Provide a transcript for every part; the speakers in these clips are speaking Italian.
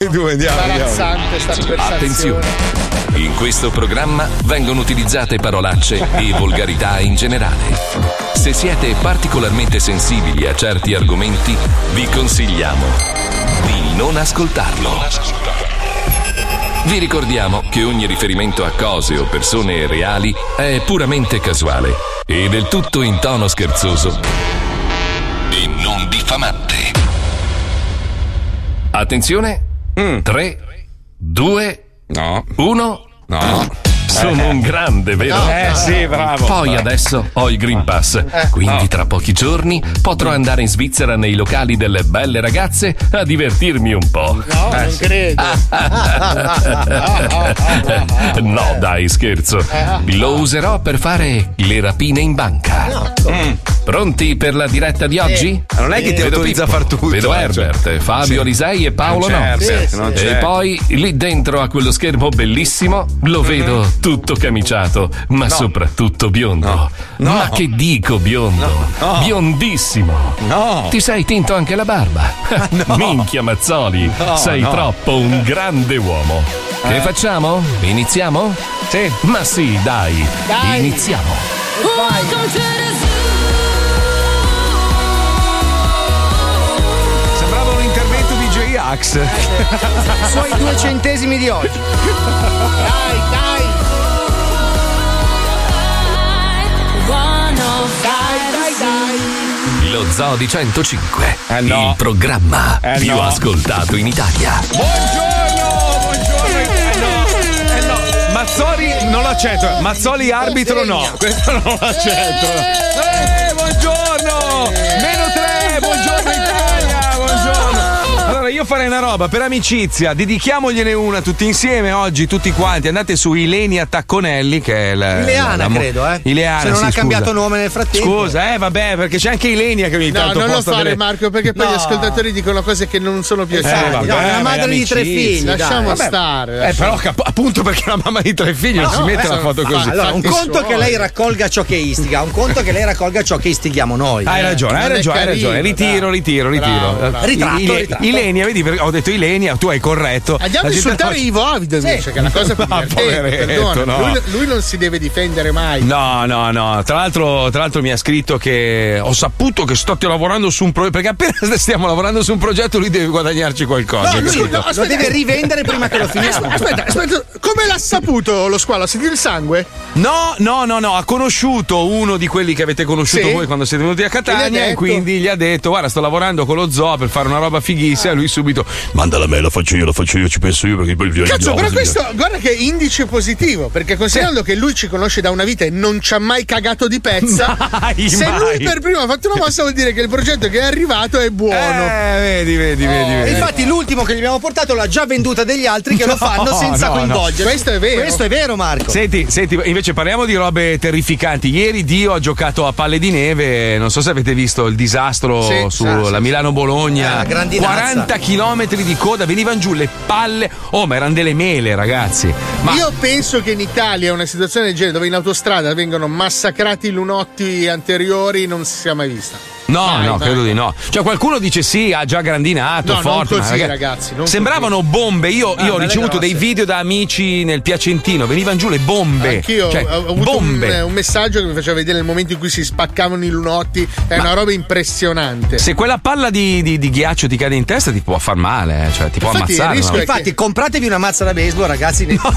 due, andiamo. Imbarazzante sta conversazione. Attenzione, in questo programma vengono utilizzate parolacce e volgarità in generale. Se siete particolarmente sensibili a certi argomenti, vi consigliamo di non ascoltarlo. Vi ricordiamo che ogni riferimento a cose o persone reali è puramente casuale e del tutto in tono scherzoso e non diffamante. Attenzione, 3, 2, 1. No. Sono un grande, vero? Sì, bravo. Poi adesso ho il Green Pass, quindi tra pochi giorni potrò andare in Svizzera nei locali delle belle ragazze a divertirmi un po'. No, non credo. No, dai, scherzo. Lo userò per fare le rapine in banca. Pronti per la diretta di oggi? Non è che ti autorizza a far tutto. Vedo Herbert, Fabio Alisei e Paolo no. E poi lì dentro a quello schermo bellissimo lo vedo tutto camiciato, ma soprattutto biondo. Ma che dico biondo? Biondissimo. Ti sei tinto anche la barba? Minchia Mazzoli, sei troppo un grande uomo. Che facciamo? Iniziamo? Sì. Ma sì, dai. Iniziamo. Sembrava un intervento di J-Ax. Suoi 2 centesimi di oggi. Dai. Lo Zoo di 105, il programma più ascoltato in Italia. Buongiorno. Mazzoli non lo accetto. Mazzoli arbitro no. Questo non lo accetto. Buongiorno. -3. Buongiorno Italia. Buongiorno. Allora io farei una roba per amicizia, dedichiamogliene una tutti insieme oggi, tutti quanti. Andate su Ilenia Tacconelli, che è Ileana, credo, Ileana, se non ha cambiato scusa. nome nel frattempo. Scusa, vabbè, perché c'è anche Ilenia che ogni tanto non lo posta fare delle... Marco, perché poi gli ascoltatori dicono cose che non sono piaciute. È una madre di 3 figli. Lasciamo stare. Però appunto perché la mamma di 3 figli non si mette la foto così. Allora, un conto che lei raccolga ciò che istiga, un conto che lei raccolga ciò che istighiamo noi. Hai ragione. Ritiro. Ritratto. Ilenia, vedi, ho detto Ilenia, tu hai corretto. Andiamo a insultare Ivo Avido invece, che è la cosa più divertente. Perdona, lui non si deve difendere mai. No. Tra l'altro mi ha scritto che ho saputo che state lavorando su un progetto. Perché appena stiamo lavorando su un progetto, lui deve guadagnarci qualcosa. Lo deve rivendere prima che lo finiamo. Aspetta, come l'ha saputo lo squalo? Ha sentito il sangue? No, ha conosciuto uno di quelli che avete conosciuto voi quando siete venuti a Catania e quindi gli ha detto: guarda, sto lavorando con lo zoo per fare una roba fighissima. E lui subito: mandala a me, la faccio io, ci penso io perché poi cazzo, però questo guarda che è indice positivo, perché considerando che lui ci conosce da una vita e non ci ha mai cagato di pezza, se lui per primo ha fatto una mossa vuol dire che il progetto che è arrivato è buono. Vedi. Infatti l'ultimo che gli abbiamo portato l'ha già venduta degli altri che lo fanno senza coinvolgere. Questo è vero, Marco. Senti, invece parliamo di robe terrificanti. Ieri Dio ha giocato a palle di neve, non so se avete visto il disastro sulla Milano-Bologna, 40 chilometri di coda, venivano giù le palle, ma erano delle mele, ragazzi. Io penso che in Italia una situazione del genere dove in autostrada vengono massacrati i lunotti anteriori non si sia mai vista. No, credo di no. Cioè qualcuno dice sì, ha già grandinato, no, forte. Non così, ragazzi. Sembravano bombe. Io ho ricevuto dei video da amici nel Piacentino, venivano giù le bombe. Anch'io ho avuto un messaggio che mi faceva vedere il momento in cui si spaccavano i lunotti. È una roba impressionante. Se quella palla di ghiaccio ti cade in testa ti può far male, cioè ti può ammazzare. Infatti, compratevi una mazza da baseball, ragazzi. No,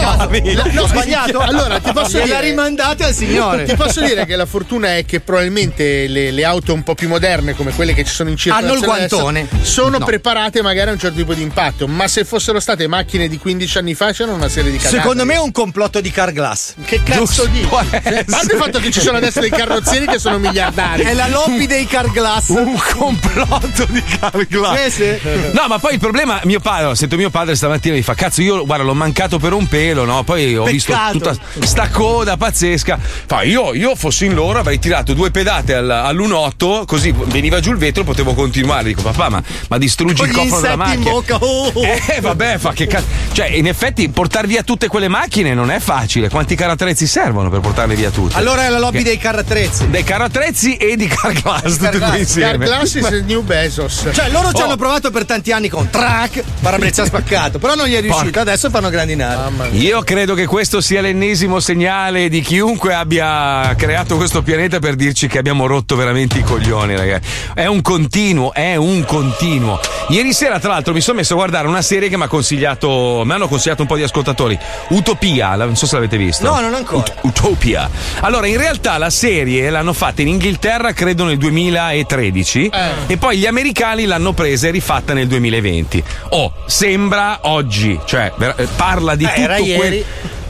ho sbagliato. Allora, ti posso dire, la rimandate al signore. Ti posso dire che la fortuna è che probabilmente le auto un po' più moderne, come quelle che ci sono in circolazione, hanno il guantone, sono preparate magari a un certo tipo di impatto, ma se fossero state macchine di 15 anni fa c'erano una serie di cagate. Secondo me è un complotto di Carglass. Che cazzo dici? A parte il fatto che ci sono adesso dei carrozzieri che sono miliardari. È la lobby dei Carglass. Un complotto di Carglass. No, ma poi il problema, sento mio padre stamattina mi fa: cazzo, io guarda, l'ho mancato per un pelo, no? Poi ho visto tutta sta coda pazzesca. Io fossi in loro avrei tirato 2 pedate all'1.8 chiudevo, così veniva giù il vetro, potevo continuare. Dico, papà, ma distruggi il cofano della macchina. In bocca. Vabbè, fa che cazzo. Cioè, in effetti, portare via tutte quelle macchine non è facile. Quanti carrattrezzi servono per portarle via tutte? Allora è la lobby dei carrattrezzi. Dei carrattrezzi e di Carglass, tutti due insieme. Carglass is New Bezos. Cioè, loro ci hanno provato per tanti anni con track, parabrezza spaccato, però non gli è riuscito. Adesso fanno grandinare. Io credo che questo sia l'ennesimo segnale di chiunque abbia creato questo pianeta per dirci che abbiamo rotto veramente i coglioni, ragazzi. È un continuo. Ieri sera, tra l'altro, mi sono messo a guardare una serie che mi hanno consigliato un po' di ascoltatori. Utopia, non so se l'avete visto. No, non ancora. Utopia. Allora, in realtà la serie l'hanno fatta in Inghilterra, credo nel 2013, e poi gli americani l'hanno presa e rifatta nel 2020. Sembra oggi, cioè parla di tutto era ieri.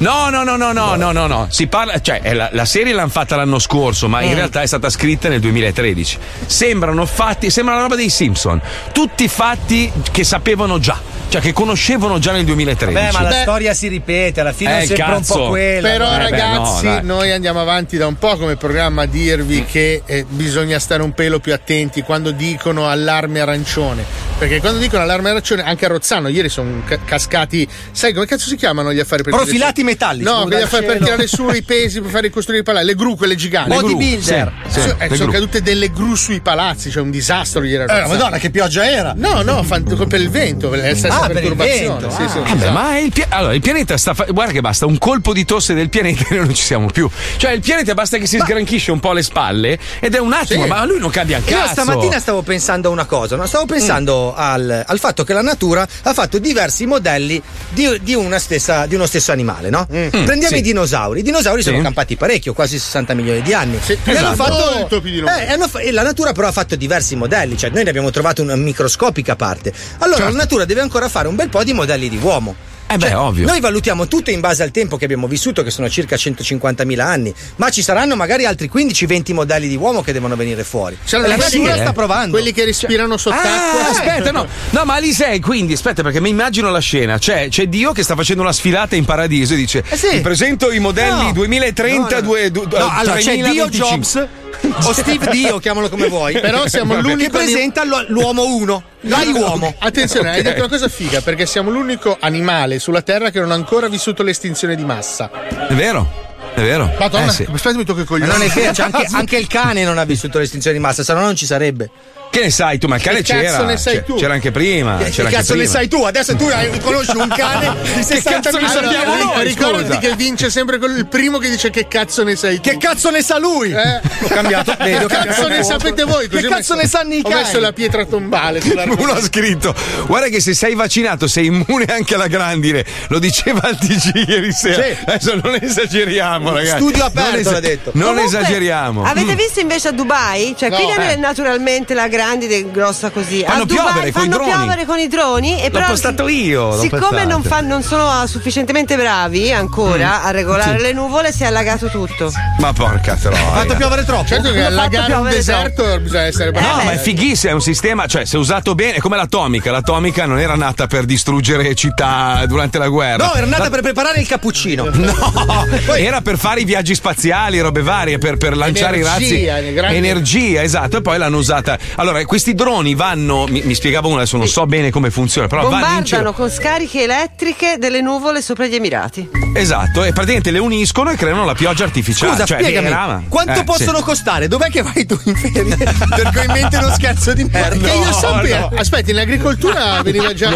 No. Si parla, cioè la serie l'hanno fatta l'anno scorso, ma in realtà è stata scritta nel 2013. Sembra la roba dei Simpson. Tutti fatti che sapevano già, cioè che conoscevano già nel 2013. Ma la storia si ripete, alla fine è sempre un po' quella. Però ragazzi, noi andiamo avanti da un po' come programma a dirvi che bisogna stare un pelo più attenti quando dicono allarme arancione. Perché quando dicono allarme arancione, anche a Rozzano ieri sono cascati, sai come cazzo si chiamano gli affari per profilati metallici? No, quegli affari per tirare su i pesi per fare costruire i palazzi, le gru, quelle giganti. Bodybuilder. Sono cadute delle gru sui palazzi, cioè un disastro ieri. Madonna, che pioggia era! No, per il vento, per la stessa perturbazione. Ma il pianeta guarda che basta un colpo di tosse del pianeta e noi non ci siamo più. Cioè il pianeta basta che si sgranchisce un po' le spalle ed è un attimo, ma lui non cambia il cazzo. Io stamattina stavo pensando a una cosa, no? Stavo pensando al fatto che la natura ha fatto diversi modelli di uno stesso animale, no? Prendiamo i dinosauri. I dinosauri sono campati parecchio, quasi 60 milioni di anni. Hanno fatto molto più di noi. La natura però ha fatto diversi modelli, cioè noi ne abbiamo trovato una microscopica parte. Allora la natura deve ancora fare un bel po' di modelli di uomo. Ovvio. Noi valutiamo tutto in base al tempo che abbiamo vissuto, che sono circa 150.000 anni, ma ci saranno magari altri 15-20 modelli di uomo che devono venire fuori. La natura sta provando. Quelli che respirano sott'acqua. Aspetta, no, ma Alisei, quindi aspetta, perché mi immagino la scena. C'è Dio che sta facendo una sfilata in paradiso e dice: ti presento i modelli 2030, allora c'è Dio Jobs o Steve Dio, chiamalo come vuoi. Però siamo l'unico che presenta l'uomo 1. Dai uomo. Attenzione, hai detto una cosa figa, perché siamo l'unico animale sulla Terra che non ha ancora vissuto l'estinzione di massa. È vero. Madonna, aspetta, mi tocca i coglioni. Non è vero, anche il cane non ha vissuto l'estinzione di massa, se no non ci sarebbe. Che ne sai tu? Ma il cane c'era. Ne sai tu? C'era anche prima. Che cazzo ne sai tu? Adesso tu conosci un cane di 60 ne sappiamo noi? Ricordati che vince sempre il primo che dice che cazzo ne sai tu. Che cazzo ne sa lui? Ho cambiato. Che cazzo ne sapete voi? Che cazzo ne sanno i cani? Ho messo la pietra tombale. Uno ha scritto: guarda che se sei vaccinato sei immune anche alla grandine. Lo diceva il TG ieri sera. Adesso non esageriamo, ragazzi. Studio aperto l'ha detto. Non esageriamo. Avete visto invece a Dubai? Cioè, qui naturalmente la grandine grossa così. Fanno piovere con i droni. E l'ho postato io. Siccome non sono sufficientemente bravi ancora a regolare le nuvole, si è allagato tutto. Ma porca troia. Ha fatto piovere troppo. Certo che allagare un deserto bisogna essere bravi. No, ma è fighissimo, è un sistema, cioè se usato bene, è come l'atomica. L'atomica non era nata per distruggere città durante la guerra. No, era nata per preparare il cappuccino. No, era per fare i viaggi spaziali, robe varie, per lanciare i razzi. Energia, esatto. E poi l'hanno usata. Allora, questi droni vanno, mi spiegava uno, adesso non so bene come funziona, però bombardano con scariche elettriche delle nuvole sopra gli Emirati. Esatto, e praticamente le uniscono e creano la pioggia artificiale. Scusa, spiegami, quanto possono costare? Dov'è che vai tu in ferie? Perché ho in mente uno scherzo di merda. Che io sappia. Aspetta, in agricoltura veniva già.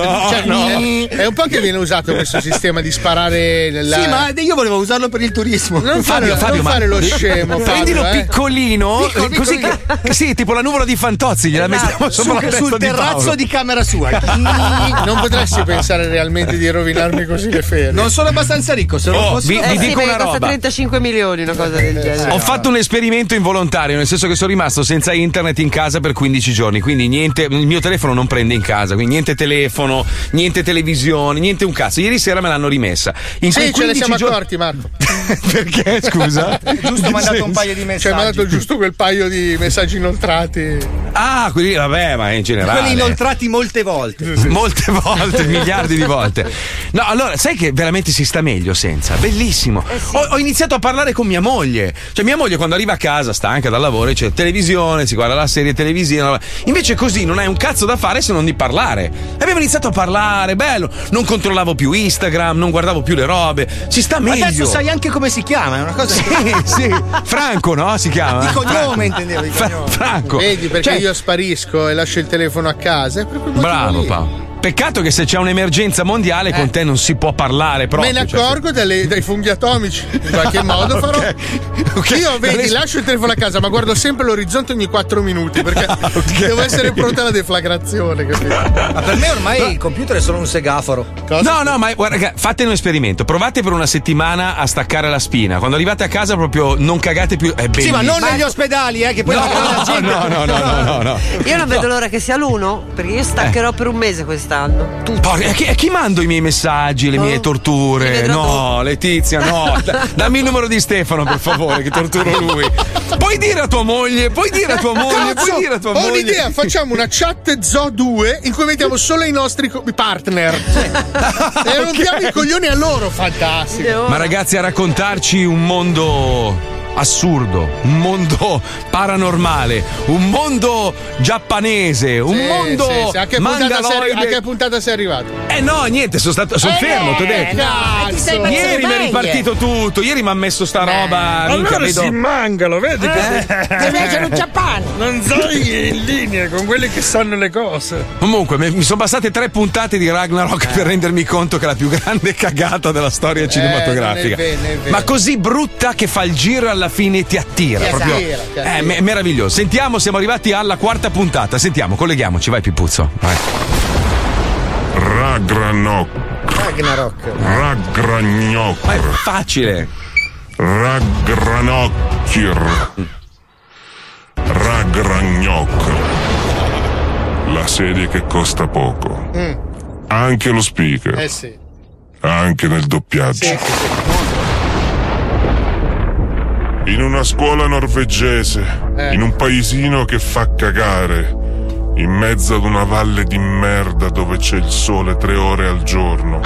È un po' che viene usato questo sistema di sparare. Sì, ma io volevo usarlo per il turismo. Non fare lo scemo. Prendilo piccolino, così che sì, tipo la nuvola di Fantozzi, gliela mettiamo sul terrazzo di camera sua. Non potresti pensare realmente di rovinarmi così le ferie. Non sono abbastanza ricco, se non vi dico una roba. Costa 35 milioni, una cosa del genere. Ho fatto un esperimento involontario, nel senso che sono rimasto senza internet in casa per 15 giorni, quindi niente, il mio telefono non prende in casa, quindi niente telefono, niente televisione, niente un cazzo. Ieri sera me l'hanno rimessa. Sì, ce ne siamo accorti, Marco. Perché, scusa? Giusto, ho mandato un paio di messaggi. Cioè, mi ha mandato giusto quel paio di messaggi inoltrati. Ah, quelli, vabbè, ma in generale. Quelli inoltrati molte volte. Molte volte, miliardi di volte. No, allora, sai che veramente si sta meglio senza? Bellissimo. Sì. Ho iniziato a parlare con mia moglie. Cioè, mia moglie quando arriva a casa, stanca dal lavoro, c'è televisione, si guarda la serie televisiva. Invece così non hai un cazzo da fare se non di parlare. E abbiamo iniziato a parlare, bello. Non controllavo più Instagram, non guardavo più le robe. Si sta meglio. Adesso sai anche come si chiama, è una cosa. Sì. Franco, no? Si chiama. Di cognome intendevo, di cognome. Franco. Vedi perché io sparisco e lascio il telefono a casa. È proprio bravo, Paolo. Peccato che se c'è un'emergenza mondiale con te non si può parlare proprio. Me ne accorgo dai funghi atomici. In qualche modo farò. Okay. Io lascio il telefono a casa, ma guardo sempre l'orizzonte ogni 4 minuti perché devo essere pronta alla deflagrazione. Capito? Ma per me ormai il computer è solo un segaforo. Cosa? No, ma guarda, fate un esperimento. Provate per una settimana a staccare la spina. Quando arrivate a casa proprio non cagate più. È bellissimo. Sì, ma non negli ospedali, che poi la gente. No. Io non vedo l'ora che sia l'1, perché io staccherò per un mese quest'anno. A chi mando i miei messaggi, le mie torture? No, Letizia, no. Dammi il numero di Stefano, per favore, che torturo lui. Puoi dire a tua moglie, Ho un'idea, facciamo una chat Zoo 2 in cui mettiamo solo i nostri partner. E rompiamo i coglioni a loro, fantastico. Ma ragazzi, a raccontarci un mondo assurdo, un mondo paranormale, un mondo giapponese, un mondo A che puntata sei arrivato? No, niente, sono fermo, ti ho detto. Ieri mi è ripartito tutto, ieri mi ha messo sta roba. Allora si mangalo, vedi che ti piace il Giappone? Non sei in linea con quelli che sanno le cose. Comunque mi sono bastate 3 puntate di Ragnarok per rendermi conto che è la più grande cagata della storia cinematografica. È vero. Ma così brutta che fa il giro alla fine ti attira. Proprio. È meraviglioso. Sentiamo, siamo arrivati alla 4ª puntata. Sentiamo, colleghiamoci, vai Pippuzzo. Vai. Ragnarok. Ma è facile. Ragnarok. La serie che costa poco. Anche lo speaker. Sì. Anche nel doppiaggio. Sì. In una scuola norvegese, in un paesino che fa cagare, in mezzo ad una valle di merda dove c'è il sole 3 ore al giorno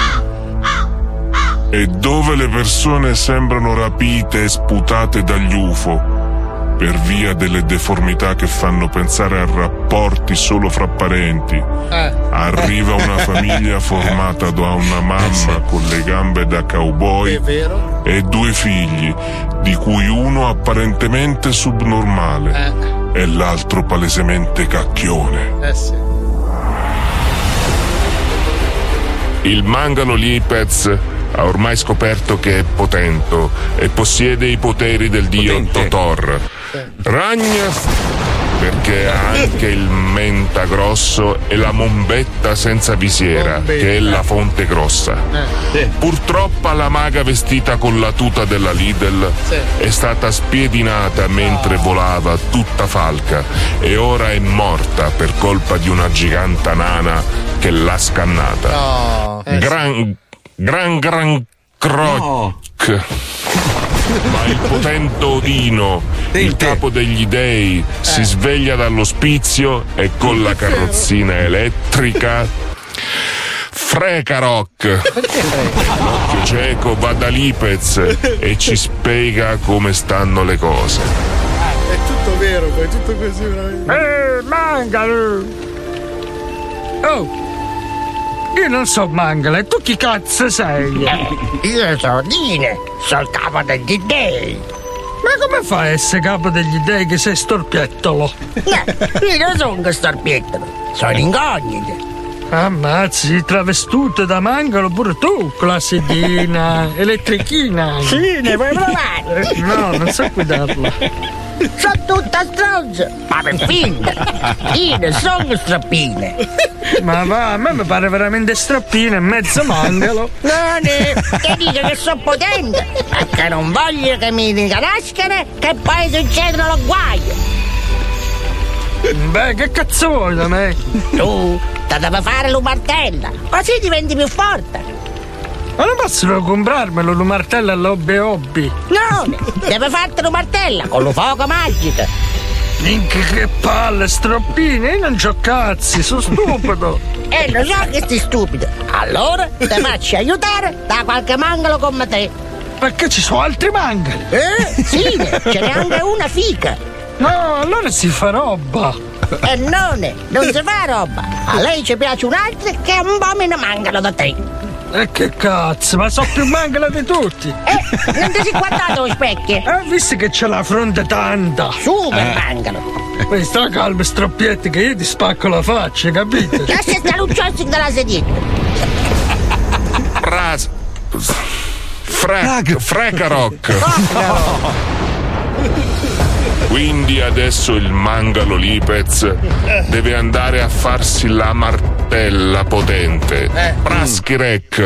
e dove le persone sembrano rapite e sputate dagli UFO per via delle deformità che fanno pensare a rapporti solo fra parenti. Arriva una famiglia formata da una mamma con le gambe da cowboy e 2 figli, di cui uno apparentemente subnormale e l'altro palesemente cacchione. Il Mangalo Lipez ha ormai scoperto che è potente e possiede i poteri del dio Totor. Ragna perché ha anche il menta grosso e la mombetta senza visiera, che è la fonte grossa. Purtroppo la maga vestita con la tuta della Lidl è stata spiedinata mentre volava tutta falca e ora è morta per colpa di una giganta nana che l'ha scannata. Gran croc. Ma il potente Odino, il capo degli dei, si sveglia dall'ospizio e con la carrozzina elettrica Frecaroc, l'occhio cieco, va da Lipez e ci spiega come stanno le cose. È tutto vero, è tutto così veramente. Mangalo! Oh! Io non so Mangala, e tu chi cazzo sei? Io sono Dine, sono il capo degli dei. Ma come fai a essere capo degli dei che sei storpiettolo? Io non sono un storpiettolo, sono incognito. Ammazzi, travestute da Mangalo pure tu, classe Dina, elettrichina. Sì, ne vuoi provare? No, non so guidarla. Sono tutta stronza, ma per finta. Io non sono strappine. Ma va, a me mi pare veramente strappine, mezzo Mangalo. Non è che dico che sono potente, perché non voglio che mi riconoscano che poi succedono guai. Beh, che cazzo vuoi da me? Tu ti devi fare l'umartella, così diventi più forte. Ma non posso comprarmelo l'umartella all'hobby hobby. No, devi farti l'umartella con lo fuoco magico. Minchia che palle, stroppini, io non c'ho cazzi, sono stupido. Lo so che sei stupido. Allora ti faccio aiutare da qualche mangalo come te. Perché ci sono altri mangali? Sì, ce n'è anche una fica. No, allora si fa roba. E non si fa roba. A lei ci piace un altro che è un po' meno mangalo da te. E che cazzo, ma so più mangala di tutti. Non ti sei guardato allo specchio? Visto che c'è la fronte tanta. Super mangalo. Poi sta calmo, stroppietti, che io ti spacco la faccia, capite? Lascia sta lucciossi dalla sedietta. Frecaroc. Quindi adesso il mangalo Lipez deve andare a farsi la martella potente. Praschirec.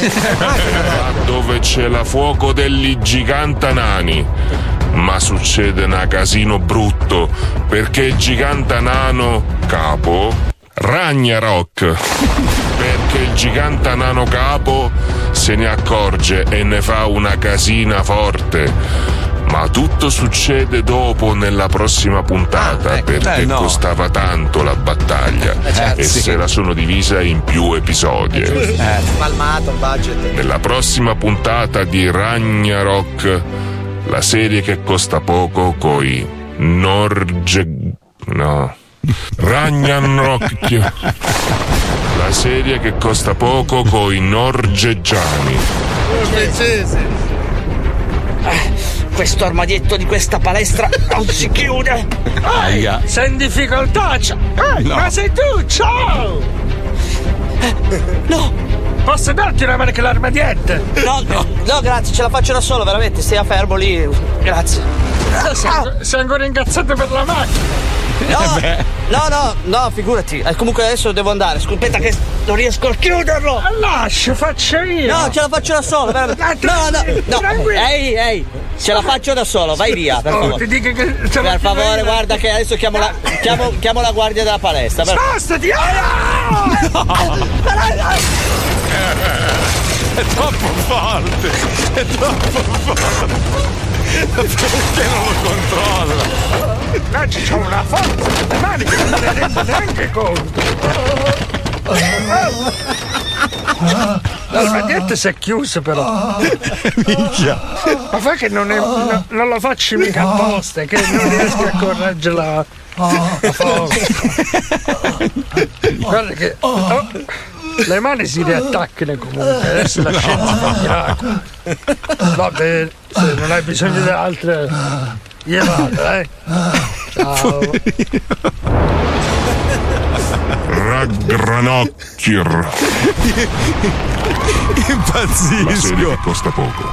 Dove c'è la fuoco degli gigantanani. Ma succede una casino brutto, perché il gigantanano capo Ragnarok. Perché il gigantanano capo se ne accorge e ne fa una casina forte. Ma tutto succede dopo nella prossima puntata, perché costava tanto la battaglia e se la sono divisa in più episodi. Spalmato il budget. Nella prossima puntata di Ragnarok, la serie che costa poco coi Ragnarok. La serie che costa poco coi norveggiani. Questo armadietto di questa palestra non si chiude. Sei in difficoltà? No. Ma sei tu, ciao! No! Posso darti una mano che l'armadietto? No, grazie, ce la faccio da solo, veramente, stia fermo lì. Grazie. Sei ancora incazzato per la macchina? No, figurati. Comunque adesso devo andare. Aspetta che non riesco a chiuderlo. Lascia, faccio io. No, ce la faccio da solo, veramente. No. Ehi, ce la faccio da solo, vai via, per favore. Ti dico che per favore, guarda che adesso chiamo la guardia della palestra. Spostati! È troppo forte! Perché non lo controlla? C'è una forza nelle mani che non me ne rendo neanche conto. L'armadietto si è chiuso però. Minchia. Ma fa che non lo faccio mica apposta, che non riesco a correggere la forza. Guarda che le mani si riattaccano comunque, adesso la scienza fa miracolo. Va bene, se non hai bisogno di altre, io vado, Ciao. Ragnarok. Impazzisco. La serie che costa poco.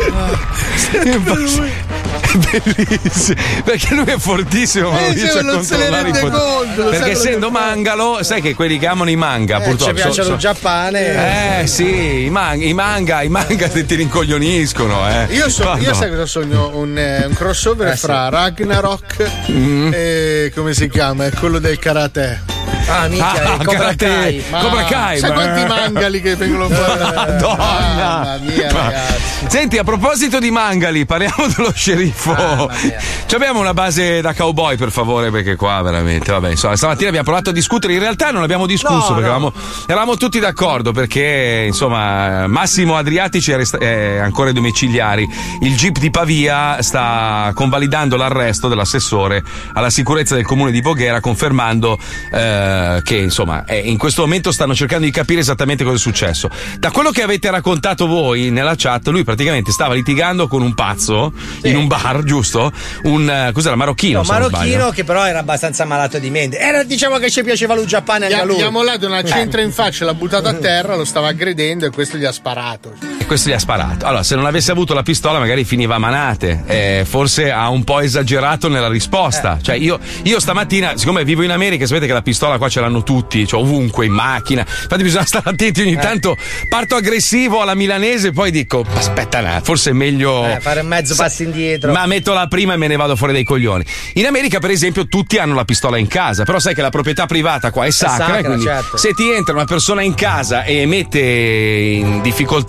Bellissimo, perché lui è fortissimo, ma non riesce a controllare i poteri. Perché essendo mangalo, sai che quelli che amano i manga purtroppo ci piacciono il Giappone. Sì, i manga ti rincoglioniscono. Io sai cosa sogno? Un crossover fra Ragnarok e come si chiama? È quello del karate. Cobra Kai. Cobra Kai. Sai quanti mangali che vengono fuori? Madonna. Mamma mia, ragazzi. Senti, a proposito di mangali, parliamo dello sceriffo. Ci abbiamo una base da cowboy, per favore, perché qua veramente, vabbè, insomma, stamattina abbiamo provato a discutere, in realtà non abbiamo discusso perché eravamo tutti d'accordo, perché insomma Massimo Adriatici è ancora ai domiciliari. Il GIP di Pavia sta convalidando l'arresto dell'assessore alla sicurezza del comune di Voghera, confermando che insomma in questo momento stanno cercando di capire esattamente cosa è successo. Da quello che avete raccontato voi nella chat, lui praticamente stava litigando con un pazzo in un bar, giusto? Cos'era? Marocchino? Marocchino che però era abbastanza malato di mente. Diciamo che ci piaceva lui Giappone anche a lui. Abbiamo dato una centra in faccia, l'ha buttato a terra, lo stava aggredendo e questo gli ha sparato. Allora, se non avesse avuto la pistola magari finiva a manate. Forse ha un po' esagerato nella risposta. Cioè io stamattina, siccome vivo in America, sapete che la pistola qua ce l'hanno tutti, cioè ovunque, in macchina. Infatti bisogna stare attenti ogni tanto. Parto aggressivo alla milanese, poi dico aspetta, forse è meglio fare mezzo passo indietro. Ma metto la prima e me ne vado fuori dai coglioni. In America, per esempio, tutti hanno la pistola in casa, però sai che la proprietà privata qua è sacra, quindi certo. se ti entra una persona in casa e mette in difficoltà la tua famiglia,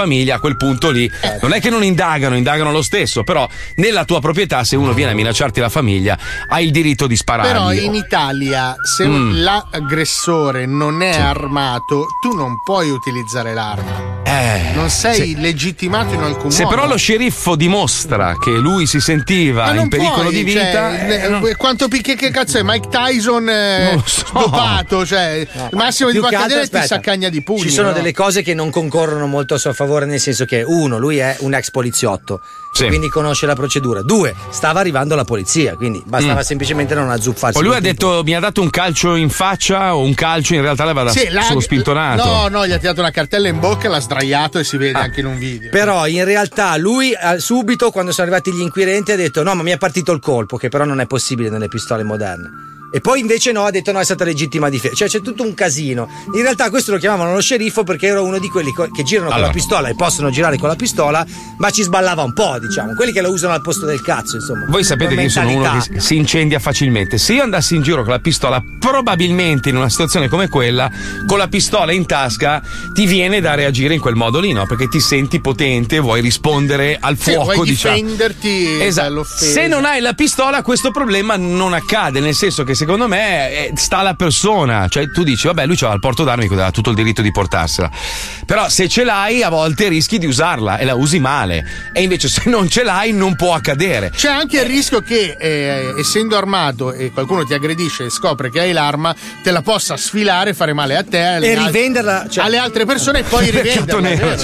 famiglia, a quel punto lì non è che non indagano lo stesso, però nella tua proprietà, se uno viene a minacciarti la famiglia, hai il diritto di sparargli. Però in Italia, se l'aggressore non è armato, tu non puoi utilizzare l'arma. Non sei legittimato in alcun modo. Se però lo sceriffo dimostra che lui si sentiva in pericolo di vita, quanto che cazzo è Mike Tyson dopato, il massimo di Bacchedele ti saccagna di pugni. Ci sono delle cose che non concorrono molto a suo favore, nel senso che uno, lui è un ex poliziotto, quindi conosce la procedura. Due, stava arrivando la polizia, quindi bastava semplicemente non azzuffarsi. Lui ha detto, mi ha dato un calcio in faccia, o un calcio in realtà l'aveva solo spintonato. No, gli ha tirato una cartella in bocca e l'ha sdraiato e si vede anche in un video. Però in realtà lui subito, quando sono arrivati gli inquirenti, ha detto no, ma mi è partito il colpo, che però non è possibile nelle pistole moderne. E poi invece ha detto no, è stata legittima difesa. Cioè c'è tutto un casino. In realtà questo lo chiamavano lo sceriffo perché era uno di quelli che girano con la pistola e possono girare con la pistola, ma ci sballava un po', diciamo. Quelli che la usano al posto del cazzo, insomma. Voi sapete che io sono uno che si incendia facilmente. Se io andassi in giro con la pistola, probabilmente in una situazione come quella, con la pistola in tasca, ti viene da reagire in quel modo lì, no? Perché ti senti potente, vuoi rispondere al fuoco, vuoi difenderti dall'offesa. Se non hai la pistola, questo problema non accade, nel senso che secondo me sta alla persona, cioè tu dici vabbè, lui c'ha il porto d'armi, ha tutto il diritto di portarsela, però se ce l'hai a volte rischi di usarla e la usi male, e invece se non ce l'hai non può accadere. C'è anche il rischio che essendo armato e qualcuno ti aggredisce e scopre che hai l'arma, te la possa sfilare, fare male a te e rivenderla alle altre persone e poi rivenderla.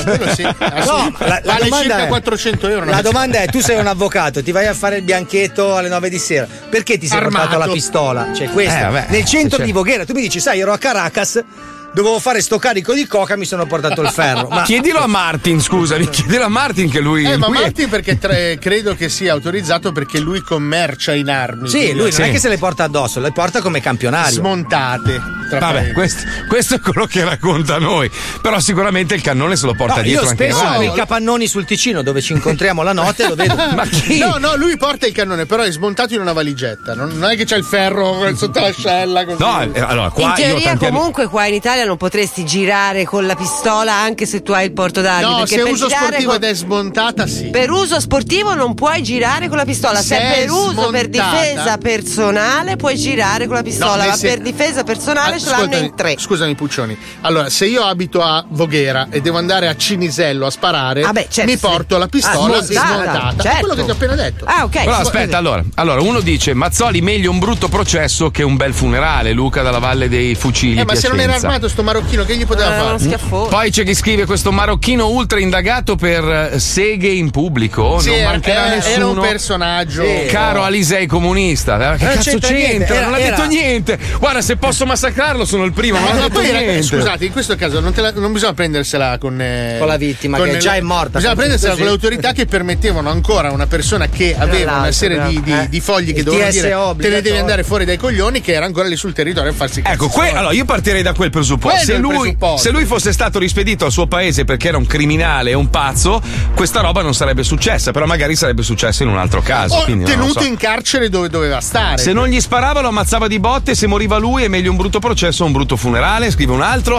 La domanda circa è, 400 euro. La domanda è, tu sei un avvocato, ti vai a fare il bianchetto alle 9 di sera, perché ti sei portato la pistola? Cioè questo nel centro di Voghera, tu mi dici sai, ero a Caracas, dovevo fare sto carico di coca, mi sono portato il ferro. Ma chiedilo a Martin, scusami, chiedilo a Martin che lui. Ma Martin perché credo che sia autorizzato perché lui commercia in armi. Sì, lui non è che se le porta addosso, le porta come campionario. Smontate. Vabbè, questo è quello che racconta a noi. Però sicuramente il cannone se lo porta dietro anche. Io spesso nei capannoni sul Ticino dove ci incontriamo la notte lo vedo. Ma chi? No, lui porta il cannone, però è smontato in una valigetta. Non è che c'ha il ferro sotto l'ascella. Così. No, allora qua in teoria comunque qua in Italia non potresti girare con la pistola anche se tu hai il porto d'armi. No, se uso sportivo ed è smontata, sì. Per uso sportivo non puoi girare con la pistola. Se per uso, per difesa personale, puoi girare con la pistola, ma per difesa personale ce l'hanno in 3. Scusami, Puccioni. Allora, se io abito a Voghera e devo andare a Cinisello a sparare, mi porto la pistola smontata. È quello che ti ho appena detto. Ah, ok. Però aspetta, allora uno dice Mazzoli, meglio un brutto processo che un bel funerale. Luca dalla Valle dei Fucili. Ma se non era armato sto marocchino, che gli poteva fare? Poi c'è chi scrive questo marocchino ultra indagato per seghe in pubblico. Sì, non mancherà nessuno. Era un personaggio. Caro Alisei comunista. Che cazzo c'entra? Non ha detto niente. Guarda, se posso massacrarlo sono il primo. Non ha detto niente. Scusate, in questo caso non bisogna prendersela con la vittima, che già è morta. Bisogna prendersela con le autorità che permettevano ancora a una persona che aveva una serie di fogli che dovevano dire te ne devi andare fuori dai coglioni, che era ancora lì sul territorio a farsi cazzo. Ecco, allora io partirei da quel presupposto. Se lui fosse stato rispedito al suo paese perché era un criminale e un pazzo, questa roba non sarebbe successa, però magari sarebbe successa in un altro caso. Tenuto in carcere dove doveva stare. Se non gli sparava lo ammazzava di botte, se moriva lui è meglio un brutto processo o un brutto funerale, scrive un altro.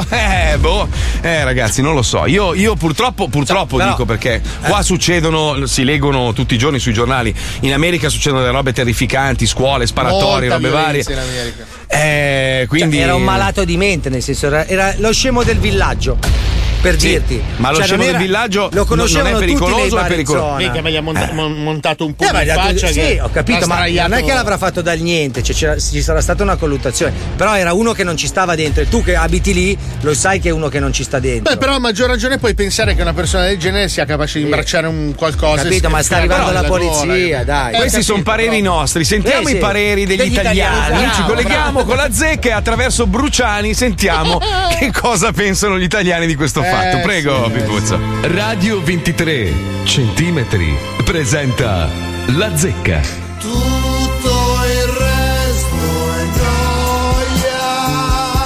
Ragazzi, non lo so. Io purtroppo dico, perché qua succedono, si leggono tutti i giorni sui giornali, in America succedono delle robe terrificanti, scuole, sparatori, robe varie. In America. Quindi era un malato di mente, nel senso era lo scemo del villaggio, per dirti. Ma lo scemo del villaggio lo conoscevano non è pericoloso, è pericoloso. Mica me gli ha montato un po' in faccia. Sì, ho capito, ma non è che l'avrà fatto dal niente, ci sarà stata una colluttazione. Però era uno che non ci stava dentro, e tu che abiti lì lo sai che è uno che non ci sta dentro. Beh, però a maggior ragione puoi pensare che una persona del genere sia capace di imbracciare un qualcosa. Capito, ma sta arrivando la polizia, dai. Questi sono pareri nostri, sentiamo i pareri degli italiani. Ci colleghiamo con la zecca e attraverso Bruciani sentiamo che cosa pensano gli italiani di questo fatto. Prego, Pipuzzo. Radio 23 centimetri presenta La Zecca. Tutto il resto è gioia. Allora, la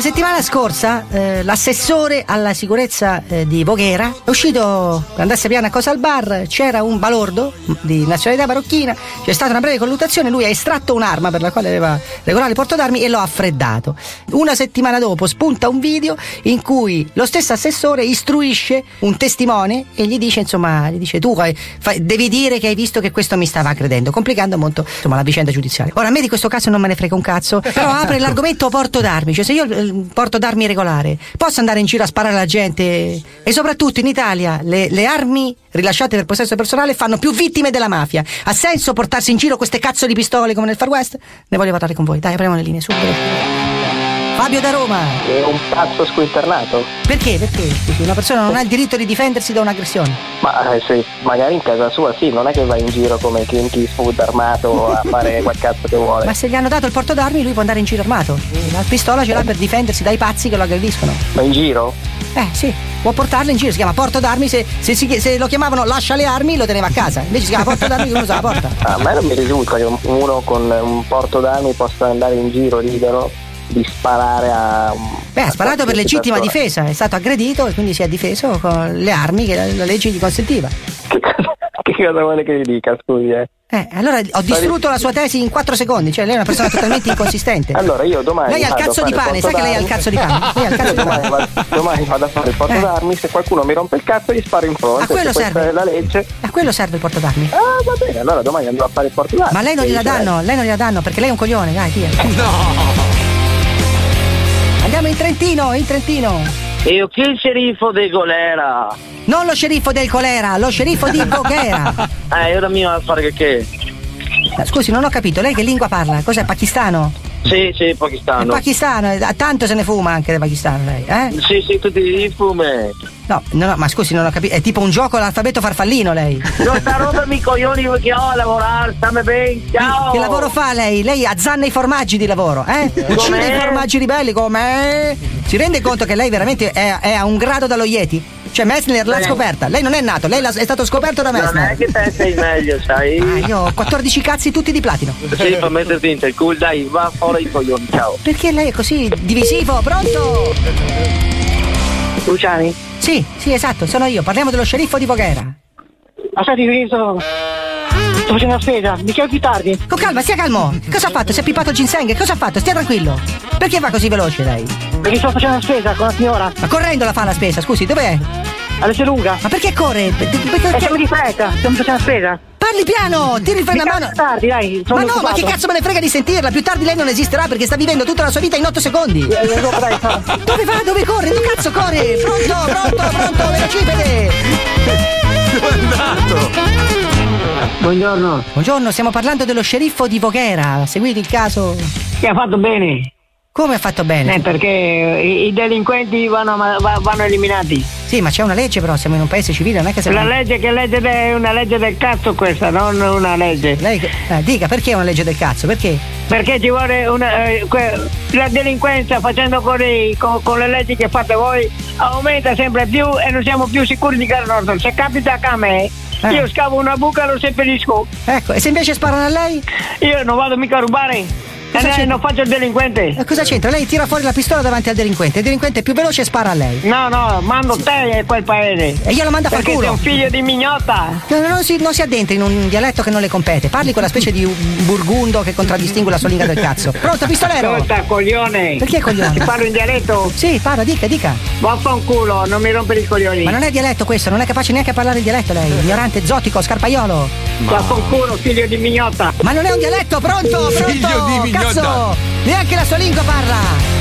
settimana scorsa l'assessore alla sicurezza di Voghera è uscito, andasse piano a cosa al bar, c'era un balordo di nazionalità marocchina, c'è stata una breve colluttazione, lui ha estratto un'arma per la quale aveva regolare il porto d'armi e lo ha freddato. Una settimana dopo spunta un video in cui lo stesso assessore istruisce un testimone e gli dice tu devi dire che hai visto che questo mi stava aggredendo, complicando molto la vicenda giudiziaria. Ora a me di questo caso non me ne frega un cazzo, però apre l'argomento porto d'armi, cioè se io porto d'armi regolare posso andare in giro a sparare alla gente, e soprattutto in Italia le armi rilasciate per possesso personale fanno più vittime della mafia. Ha senso portarsi in giro queste cazzo di pistole come nel Far West? Ne voglio parlare con voi, dai, apriamo le linee subito. Fabio da Roma. È un pazzo squinternato. Perché? Perché? Una persona non ha il diritto di difendersi da un'aggressione. Ma se magari in casa sua sì, non è che va in giro come Clint Eastwood armato a fare quel cazzo che vuole. Ma se gli hanno dato il porto d'armi lui può andare in giro armato. La pistola ce l'ha per difendersi dai pazzi che lo aggrediscono. Ma in giro? Sì, può portarlo in giro, si chiama porto d'armi, se lo chiamavano lascia le armi lo teneva a casa, invece si chiama porto d'armi che uno usa la porta. A me non mi risulta che uno con un porto d'armi possa andare in giro libero di sparare a... ha sparato per legittima difesa, è stato aggredito e quindi si è difeso con le armi che la legge gli consentiva. Che cosa vuole che gli dica, scusi? Allora ho distrutto la sua tesi in 4 secondi, cioè lei è una persona totalmente inconsistente. Allora io domani lei ha il cazzo di pane, sai che lei ha il cazzo di pane? Lei ha il cazzo di pane. Domani vado a fare il porto d'armi, se qualcuno mi rompe il cazzo gli sparo in fronte. A quello serve. È la legge. A quello serve il porto d'armi. Va bene, allora domani andrò a fare il porto d'armi. Ma lei non gliela danno, perché lei è un coglione, dai, via. No! Andiamo in Trentino. Io chi il sceriffo di Colera? Non lo sceriffo del Colera, lo sceriffo di Voghera. Ora mi va a fare che? Scusi, non ho capito, lei che lingua parla? Cos'è, pakistano? Sì, pakistano. Pakistano, tanto se ne fuma anche del Pakistan lei, Sì, tutti i fumi. No, ma scusi, non ho capito, è tipo un gioco all'alfabeto farfallino lei. Non sta rompendo i coglioni perché ho a lavorare, stammi bene, ciao. Che lavoro fa lei? Lei azzanna i formaggi di lavoro, Uccide i formaggi ribelli, come? Si rende conto che lei veramente è a un grado dallo Yeti? Cioè Messner l'ha scoperta, lei non è nato, lei è stato scoperto da Messner. Non è che te sei meglio, sai? Io ho 14 cazzi tutti di platino. Sì, per metterti in il culo, dai, va fuori i coglioni, ciao. Perché lei è così divisivo? Pronto? Luciani? Sì, esatto, sono io, parliamo dello sceriffo di Voghera. Aspetti, sto facendo la spesa, mi chiamo più tardi. Con calma, stia calmo. Cosa ha fatto? Si è pippato il ginseng? Cosa ha fatto? Stia tranquillo. Perché va così veloce lei? Perché sto facendo la spesa con la signora. Ma correndo la fa la spesa, scusi, dov'è? Alla lunga. Ma perché corre? Siamo di fretta, stiamo facendo la spesa. Parli piano, tiri il freno a mano. Tardi, dai. Ma no, occupato. Ma che cazzo me ne frega di sentirla? Più tardi lei non esisterà perché sta vivendo tutta la sua vita in 8 secondi. Dove va? Dove corre? Dove cazzo corre? Pronto, velocipede. Dove è andato? Buongiorno, stiamo parlando dello sceriffo di Voghera. Seguite il caso? Che ha fatto bene. Come ha fatto bene? Perché i delinquenti vanno eliminati. Sì, ma c'è una legge però, siamo in un paese civile, non è che siamo... La legge è una legge del cazzo questa, non una legge. Lei dica, perché è una legge del cazzo? Perché? Perché ci vuole la delinquenza facendo così, con le leggi che fate voi, aumenta sempre più e non siamo più sicuri di casa nostra. Se capita a me, io scavo una buca e lo seppellisco. Ecco, e se invece sparano a lei? Io non vado mica a rubare. Non faccio il delinquente. Cosa c'entra? Lei tira fuori la pistola davanti al delinquente. Il delinquente è più veloce e spara a lei. No, mando te a quel paese. E io lo mando a far culo. Perché sei un figlio di mignotta. No, non si addentri in un dialetto che non le compete. Parli quella specie di burgundo che contraddistingue la sua lingua del cazzo. Pronto, pistolero? Ascolta, coglione. Perché coglione? Ti parlo in dialetto? Sì, parla, dica. Vaffanculo, non mi rompere i coglioni. Ma non è dialetto questo, non è capace neanche a parlare il dialetto lei. Ignorante, zotico, scarpaiolo. Vaffanculo, figlio di mignotta. Ma non è un dialetto, pronto? Figlio di mignotta. Cazzo! Neanche la sua lingua parla.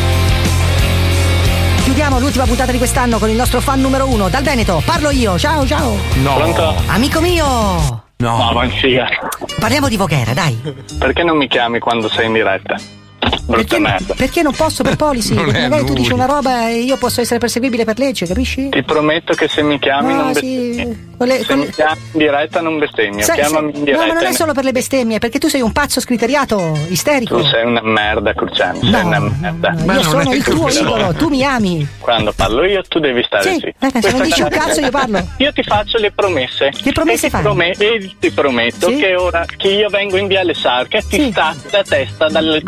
Chiudiamo l'ultima puntata di quest'anno con il nostro fan numero 1 dal Veneto. Parlo io, ciao. No. Pronto? Amico mio. No. Ma va in figa. Parliamo di Voghera, dai. Perché non mi chiami quando sei in diretta? Perché non posso per policy? Perché magari tu dici una roba e io posso essere perseguibile per legge, capisci? Ti prometto che se mi chiami non bestemmio. Se mi chiami in diretta non bestemmio. Chiamami in diretta. No, ma non è solo per le bestemmie, perché tu sei un pazzo scriteriato, isterico. Tu sei una merda, Cruciani. Sei una merda. Io sono il tuo idolo, tu mi ami. Quando parlo io tu devi stare sì. Se non dici un cazzo io parlo. Io ti faccio le promesse. Che promesse fai? E ti prometto che ora che io vengo in Viale Sarca ti stacco la testa dal collo. Ma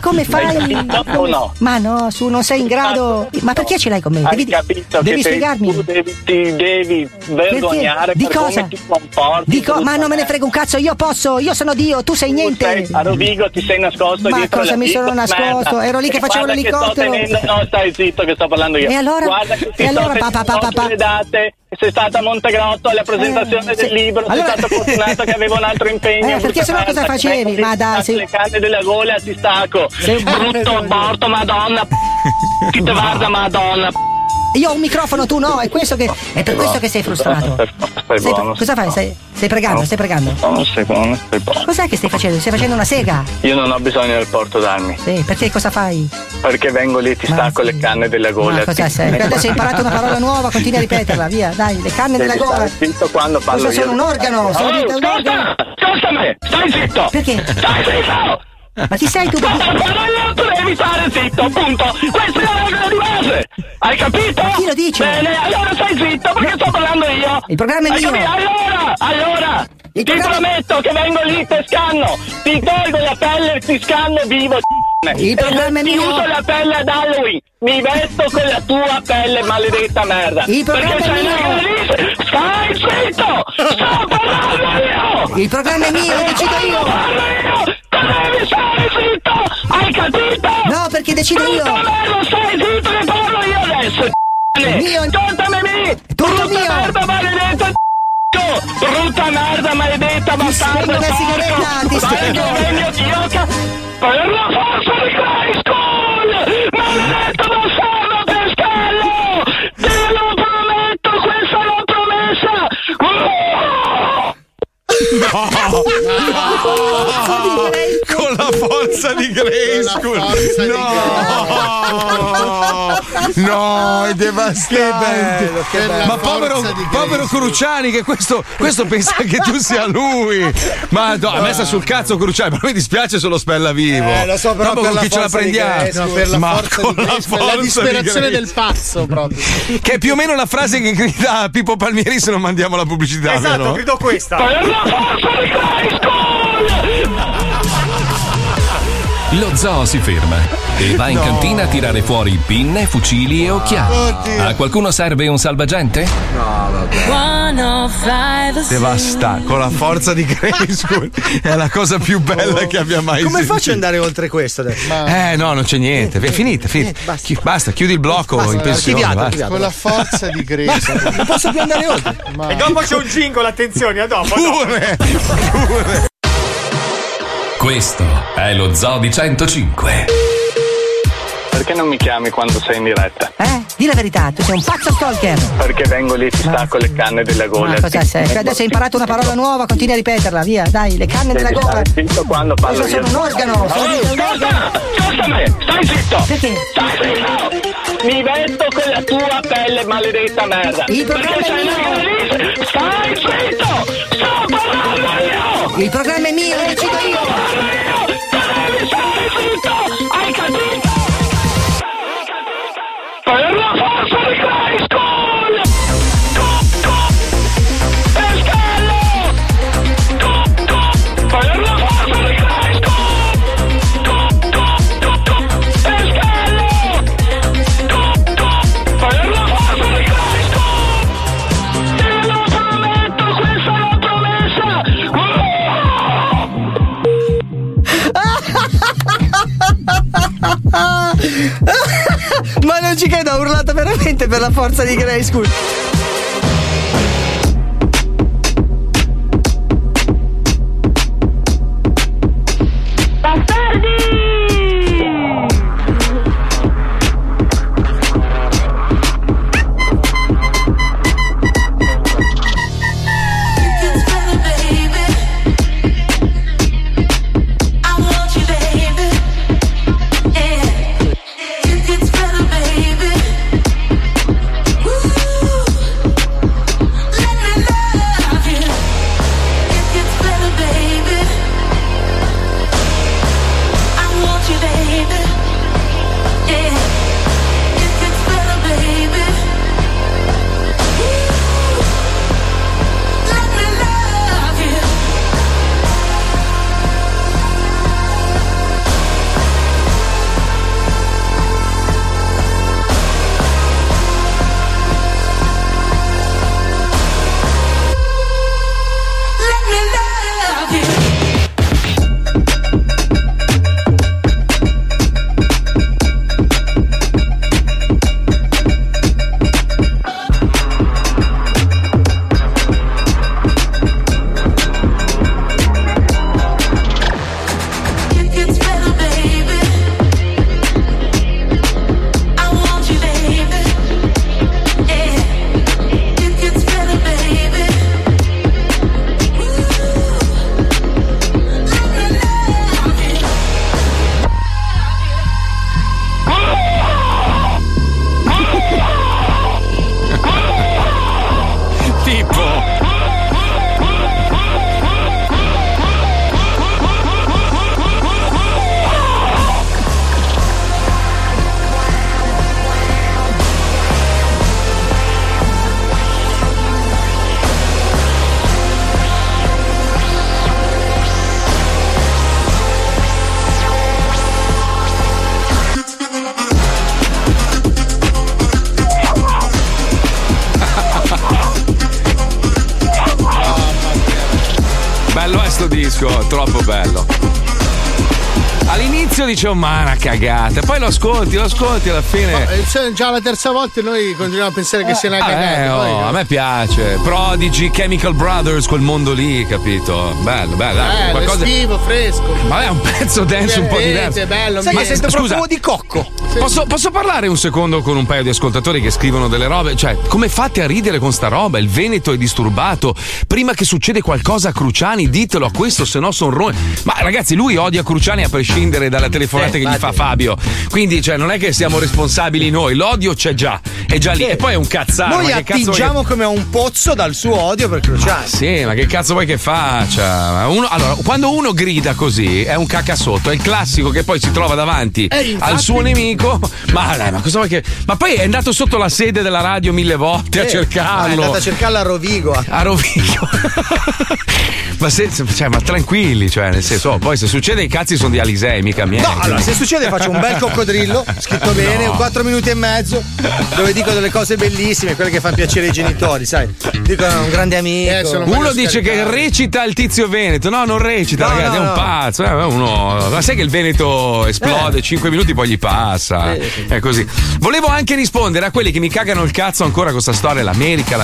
come fai? O no? Ma no, su, non sei in grado. Ma perché ce l'hai con me? Hai capito devi che spiegarmi. Tu devi vergognare di per cosa? come ti comporti. Ma non me ne frega un cazzo, io sono Dio, tu sei niente. A Rovigo ti sei nascosto ma dietro cosa mi sono nascosto? Merda. Ero lì che facevo l'elicottero. No, stai zitto che sto parlando io. E allora? Guarda che ti sto le date. Sei stata a Montegrotto alla presentazione del libro, allora... sei stato fortunato che avevo un altro impegno. Perché sennò cosa facevi? Ma dai, le canne della gola ti stacco. Sei brutto aborto, madonna. Ti te guarda, madonna. Io ho un microfono, tu no, è per questo che sei frustrato. Cosa fai? Stai pregando? Non stai buono. Cos'è che stai facendo? Stai facendo una sega? Io non ho bisogno del porto d'armi. Sì, perché cosa fai? Perché vengo lì e ti stacco le canne della gola. Ma cosa sei? Adesso hai imparato una parola nuova, continui a ripeterla, via, dai, le canne della gola. Stai zitto quando parlo io. Sono un organo, Ascoltami, stai zitto! Perché? Stai zitto! Ma chi sei tu? Tu devi stare zitto, punto! Questa è la regola di base! Hai capito? Ma chi lo dice? Bene, allora stai zitto perché sto parlando io! Il programma è mio! Allora! Ti prometto che vengo lì, te scanno! Ti tolgo la pelle e ti scanno vivo! Il programma è mio! Ti uso la pelle ad Halloween! Mi vesto con la tua pelle, maledetta merda! Il programma è mio! Stai zitto! Sto parlando io! Il programma è mio, lo decido io! Devi stare zitto! Hai capito? No, perché decido io! Non stai zitto che parlo io adesso! Mio! Tontami! Tutto mio! Merda maledetta! Brutta merda maledetta bastarda! Ti una sigaretta! Ti spiego! Per la forza di Grayskull! Maledetta bastarda pestello! Te lo prometto, questa è la promessa! Con la forza di Grayskull. No, è devastante. Ma povero Cruciani, che questo pensa che tu sia lui. Ma a me sta sul cazzo Cruciani, ma mi dispiace se lo spella vivo. Lo so, però con chi ce la prendiamo? Per la forza di Grayskull, la disperazione del pazzo proprio. Che è più o meno la frase che grida Pippo Palmieri se non mandiamo la pubblicità. Esatto, vero? grido questa. Per la forza di Grayskull! Lo zoo si ferma e va in cantina a tirare fuori pinne, fucili e occhiali. A qualcuno serve un salvagente? No, vabbè. Devasta, con la forza di Grayskull. È la cosa più bella che abbia mai Come sentito. faccio ad andare oltre questo adesso? No, non c'è niente. È finita. Basta, chiudi il blocco in pensione. Archiviato. Con la forza di Grayskull. Non posso più andare oltre. E dopo c'è un jingle, attenzione, a dopo. Pure. Questo è lo Zoo di 105. Perché non mi chiami quando sei in diretta? Di la verità, tu sei un pazzo stalker. Perché vengo lì e ti stacco le canne della gola. Ma cosa sei? Adesso hai imparato una parola nuova, continui a ripeterla, via, dai, le canne della gola. Stai zitto quando parlo io. Sono un organo, Ascoltami, stai zitto! Perché? Stai zitto! Mi vesto con la tua pelle, maledetta merda! Il programma è mio! Stai zitto! Sto parlando io! Il programma è mio, lo decido io! Devi stare zitto! Hai capito? Per la forza di Grayskull! Pestello! Per la forza di Grayskull! Pestello! Per la forza di Grayskull! Te lo prometto, questa è la promessa! Ma non ci credo, ho urlato veramente per la forza di Grayskull. sto disco, troppo bello. All'inizio dicevo ma una cagata, poi lo ascolti alla fine. Già la terza volta noi continuiamo a pensare che sia una cagata. A me piace. Prodigy, Chemical Brothers, quel mondo lì, capito? Bello. Qualcosa... estivo, fresco. Ma è un pezzo dance un po' diverso. È bello. Sai che sento profumo di cocco. Posso parlare un secondo con un paio di ascoltatori che scrivono delle robe? Cioè, come fate a ridere con sta roba? Il Veneto è disturbato. Prima che succede qualcosa a Cruciani, ditelo a questo, se no son Ma ragazzi, lui odia Cruciani a prescindere dalle telefonate che gli fa Fabio. Quindi, cioè, non è che siamo responsabili noi, l'odio c'è già, è già lì. E poi è un cazzaro. Noi attingiamo come a un pozzo dal suo odio per Cruciani. Sì, ma che cazzo vuoi che faccia? Allora, quando uno grida così è un cacasotto, è il classico che poi si trova davanti al suo nemico. Ma cosa vuoi che. Ma poi è andato sotto la sede della radio 1000 volte a cercarlo. È andato a cercarlo a Rovigo. ma tranquilli, cioè, nel senso, poi se succede i cazzi sono di Alisei, mica miei. No, allora, se succede faccio un bel coccodrillo, scritto bene, 4 minuti e mezzo, dove dico delle cose bellissime, quelle che fanno piacere ai genitori, sai. Dicono un grande amico. Uno dice che recita il tizio Veneto. No, non recita, ragazzi, è un pazzo. Ma sai che il Veneto esplode, 5 minuti poi gli passa. È così. Volevo anche rispondere a quelli che mi cagano il cazzo ancora con questa storia, l'America.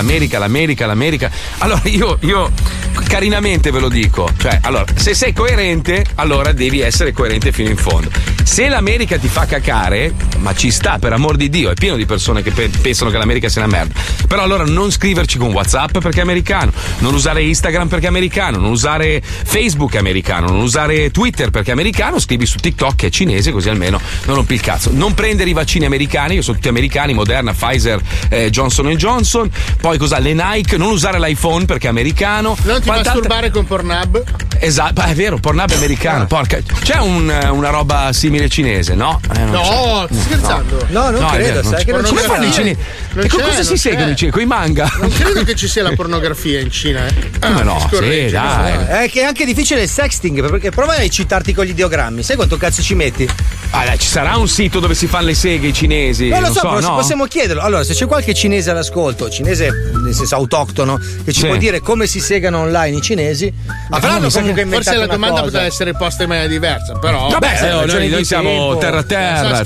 Allora, io carinamente ve lo dico, cioè, allora, se sei coerente, allora devi essere coerente fino in fondo. Se l'America ti fa cacare, ma ci sta, per amor di Dio, è pieno di persone che pensano che l'America sia una merda. Però allora non scriverci con WhatsApp perché è americano, non usare Instagram perché è americano, non usare Facebook è americano, non usare Twitter perché è americano, scrivi su TikTok che è cinese, così almeno non rompi il cazzo. Non prendere i vaccini americani, che sono tutti americani, Moderna, Pfizer, Johnson & Johnson. Poi le Nike, non usare l'iPhone perché è americano. Non ti masturbare con Pornhub. Esatto, è vero, Pornhub è americano. Porca. C'è una roba simile cinese, no? No, stai scherzando? No, non credo, sai che non come fanno i cinesi? E con cosa si seguono i cinesi? Con i manga? Non credo che ci sia la pornografia in Cina, ma no, sì, dai. È che è anche difficile il sexting, perché prova a citarti con gli ideogrammi, sai quanto cazzo ci metti? Dai, ci sarà un sito dove si fanno le seghe i cinesi. Non lo so, però possiamo chiederlo. Allora, se c'è qualche cinese all'ascolto, cinese nel senso autoctono, che ci può dire come si segano online i cinesi, avranno comunque inventato forse la domanda poteva essere posta in maniera diversa, però. Vabbè, noi siamo terra.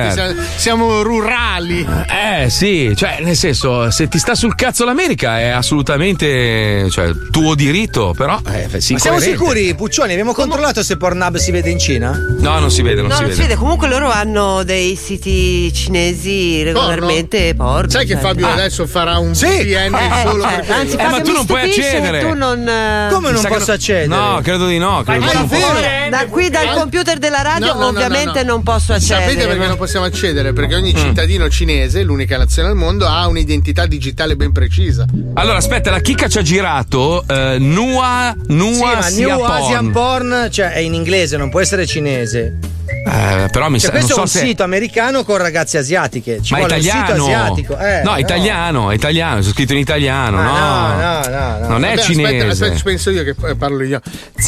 Siamo rurali. Sì, cioè, nel senso, se ti sta sul cazzo l'America è assolutamente, cioè, tuo diritto, però ma siamo sicuri, Puccioni, abbiamo controllato se Pornhub si vede in Cina? No, non si vede, non si vede. Comunque loro hanno dei siti cinesi regolarmente porno. Sai che Fabio adesso farà un VPN solo perché... Anzi, ma tu non puoi accedere. Tu non... Come non posso accedere? No, credo di no. Da qui dal computer della radio ovviamente non posso accedere. Sapete perché non possiamo accedere? Perché ogni cittadino cinese, l'unica nazione al mondo, ha un'identità digitale ben precisa. Allora, aspetta, la chicca ci ha girato Nua New Asian Porn, cioè è in inglese, non può essere cinese. Però mi sa questo non è un so sito americano con ragazze asiatiche. Ma vuole italiano. Un sito asiatico. No, italiano, è scritto in italiano. No. Non è cinese. Aspetta, penso io che parlo io.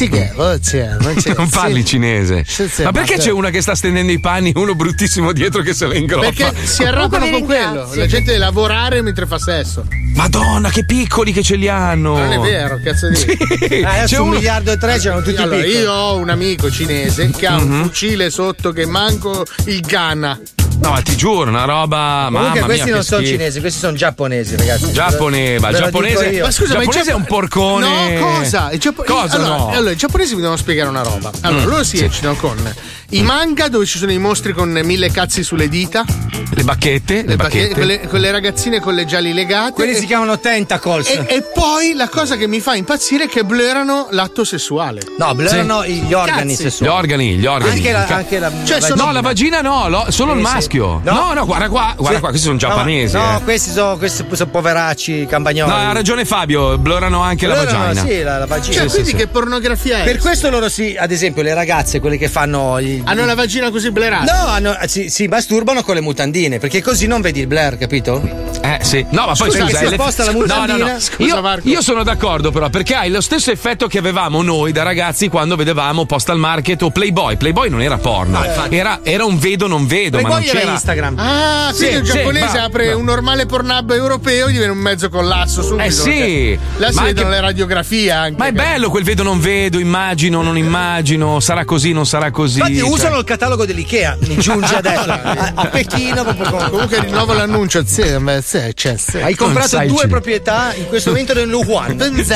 Non parli cinese. Ma perché c'è una che sta stendendo i panni e uno bruttissimo dietro che se lo ingroppa? Perché si arrabbano con quello. La gente deve lavorare mentre fa sesso. Madonna, che piccoli che ce li hanno. Non è vero, cazzo di. Adesso c'è 1,3 miliardi, c'erano tutti piccoli. Io ho un amico cinese che ha un fucile sotto che manco il Ghana. No, ma ti giuro, una roba. Comunque mamma questi mia, non sono cinesi, questi sono giapponesi, ragazzi. Il giapponese. Ma scusa, il giapponese è un porcone. No, cosa? Allora, i giapponesi mi devono spiegare una roba. Allora, loro si eccitano con i manga dove ci sono i mostri con 1000 cazzi sulle dita. Le bacchette. Con le ragazzine con le gialli legate. Quelli si chiamano tentacles. E poi la cosa che mi fa impazzire è che blurano l'atto sessuale. No, blurano gli organi sessuali. Gli organi. Anche la no, la vagina no, solo il maschio. No, guarda qua, questi sono giapponesi. No, questi sono poveracci campagnoli. No, ha ragione Fabio, blurano anche la vagina. Sì, la vagina. Quindi che pornografia è? Per questo loro ad esempio, le ragazze, quelle che fanno gli Hanno la vagina così blerata? No, si masturbano con le mutandine, perché così non vedi il blur, capito? Sì. No, ma poi scusa, si sposta la mutandina. No. Scusa, io sono d'accordo, però, perché hai lo stesso effetto che avevamo noi da ragazzi quando vedevamo Postal Market o Playboy. Playboy non era porno, era un vedo non vedo, Playboy ma non c'era Instagram. Ah, quindi il giapponese apre un normale Pornhub europeo e diviene un mezzo collasso subito. Sì. Là si vedono le radiografie anche. Ma è bello quel vedo non vedo, immagino, non immagino, sarà così, non sarà così. Infatti usano il catalogo dell'Ikea, mi giunge adesso a Pechino. Comunque rinnovo l'annuncio. Hai comprato 2 proprietà in questo momento nel Wuhan.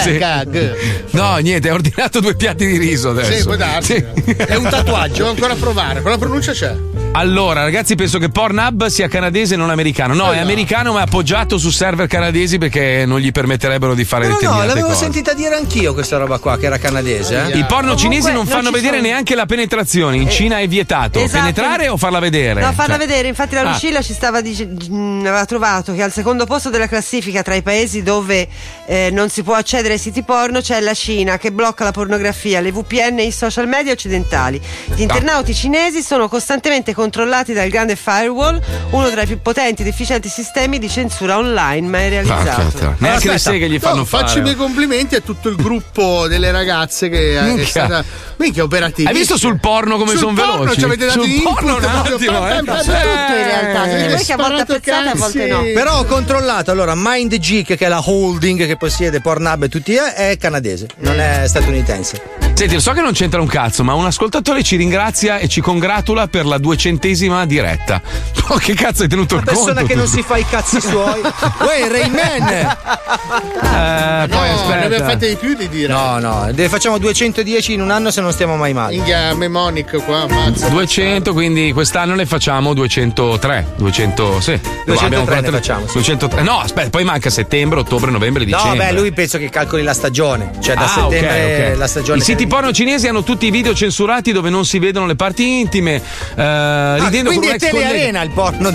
No, niente, hai ordinato 2 piatti di riso adesso. Sì, può darsi. È un tatuaggio, devo ancora provare. Quella pronuncia c'è. Allora, ragazzi, penso che Pornhub sia canadese e non americano. No, è americano, ma è appoggiato su server canadesi perché non gli permetterebbero di fare determinate cose. No, l'avevo sentita dire anch'io questa roba qua, che era canadese. I porno cinesi non fanno vedere neanche la penetrazione. In Cina è vietato. Esatto. Penetrare o farla vedere? No, farla vedere. Infatti la Lucilla ci stava aveva trovato che al secondo posto della classifica tra i paesi dove non si può accedere ai siti porno c'è la Cina, che blocca la pornografia, le VPN e i social media occidentali. Gli internauti cinesi sono costantemente controllati dal grande firewall, uno tra i più potenti ed efficienti sistemi di censura online mai realizzato. Neanche le seghe gli fanno fare. Faccio i miei complimenti a tutto il gruppo delle ragazze che è stata operativi. Hai visto sul porno come sono veloci? Ci avete dato sul porno un attimo, tutte in realtà. Voi che a volte apprezzate, a volte no. Però ho controllato, allora MindGeek, che è la holding che possiede Pornhub e tutti, è canadese, non è statunitense. Senti, lo so che non c'entra un cazzo, ma un ascoltatore ci ringrazia e ci congratula per la 200ª diretta. Oh, che cazzo hai tenuto il conto? Una persona che non si fa i cazzi suoi. Uè, Rayman! Poi aspetta. Ne abbiamo fatte di più di dire. No, ne facciamo 210 in un anno se non stiamo mai male. Inghia Memonic qua, ammazza. 200, quindi quest'anno ne facciamo 203. 203 ne facciamo. 203. No, aspetta, poi manca settembre, ottobre, novembre, dicembre. No, lui penso che calcoli la stagione. Cioè da settembre la stagione. I siti porno cinesi hanno tutti i video censurati dove non si vedono le parti intime. Ridendo quindi con è Telearena il porno.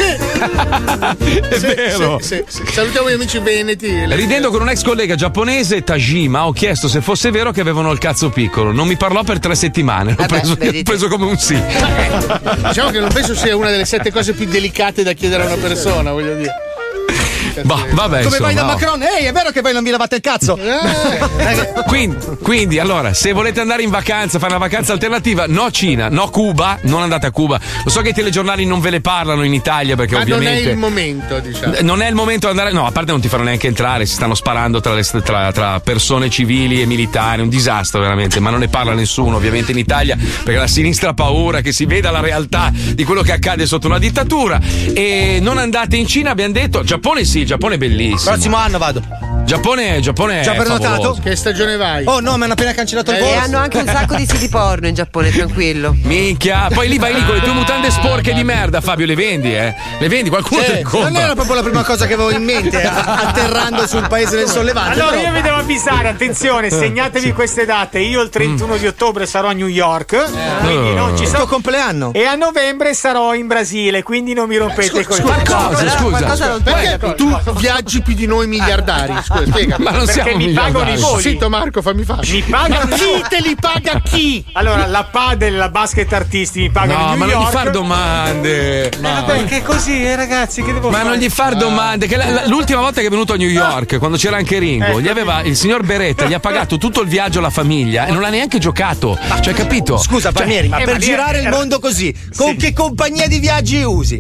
È vero. Sì. Salutiamo gli amici veneti. Ridendo con un ex collega giapponese, Tajima, ho chiesto se fosse vero che avevano il cazzo piccolo. Non mi parlò per 3 settimane. L'ho preso come un sì. Diciamo che non penso sia una delle 7 cose più delicate da chiedere a una persona, voglio dire. Vabbè, come vai da Macron? Ehi, è vero che voi non vi lavate il cazzo? Quindi, allora, se volete andare in vacanza, fare una vacanza alternativa, no Cina, no Cuba, non andate a Cuba. Lo so che i telegiornali non ve le parlano in Italia perché ovviamente non è il momento, diciamo. Non è il momento di andare. No, a parte non ti fanno neanche entrare, si stanno sparando tra persone civili e militari, un disastro veramente, ma non ne parla nessuno ovviamente in Italia perché la sinistra ha paura che si veda la realtà di quello che accade sotto una dittatura. E non andate in Cina, abbiamo detto. Giappone sì, Giappone è bellissimo. Prossimo anno vado. Giappone già prenotato? Favoloso. Che stagione vai? Oh no, mi hanno appena cancellato il volo. E hanno anche un sacco di siti porno in Giappone, tranquillo. Minchia, poi lì vai lì con le tue mutande sporche di merda, Fabio, le vendi, Le vendi, qualcuno te le compra. Non era proprio la prima cosa che avevo in mente atterrando sul paese del sollevante. Allora io vi devo avvisare, attenzione, segnatevi queste date. Io il 31 di ottobre sarò a New York, quindi non ci sarò. Compleanno. E a novembre sarò in Brasile, quindi non mi rompete il coglione. Scusa. Perché tu viaggi più di noi miliardari? Scusa, spiega. Ma non perché mi pagano i voli. Zitto Marco, fammi fare. Mi pagano chi te li paga chi? Allora, la Padel, la basket artisti mi pagano No, in ma New non York. gli far domande. Vabbè, che così, ragazzi, che devo fare? Ma non gli far domande. Che l'ultima volta che è venuto a New York, quando c'era anche Ringo, gli aveva il signor Beretta, gli ha pagato tutto il viaggio alla famiglia e non ha neanche giocato. Cioè, capito? Scusa, Palmieri, ma per girare il mondo così, con che compagnia di viaggi usi?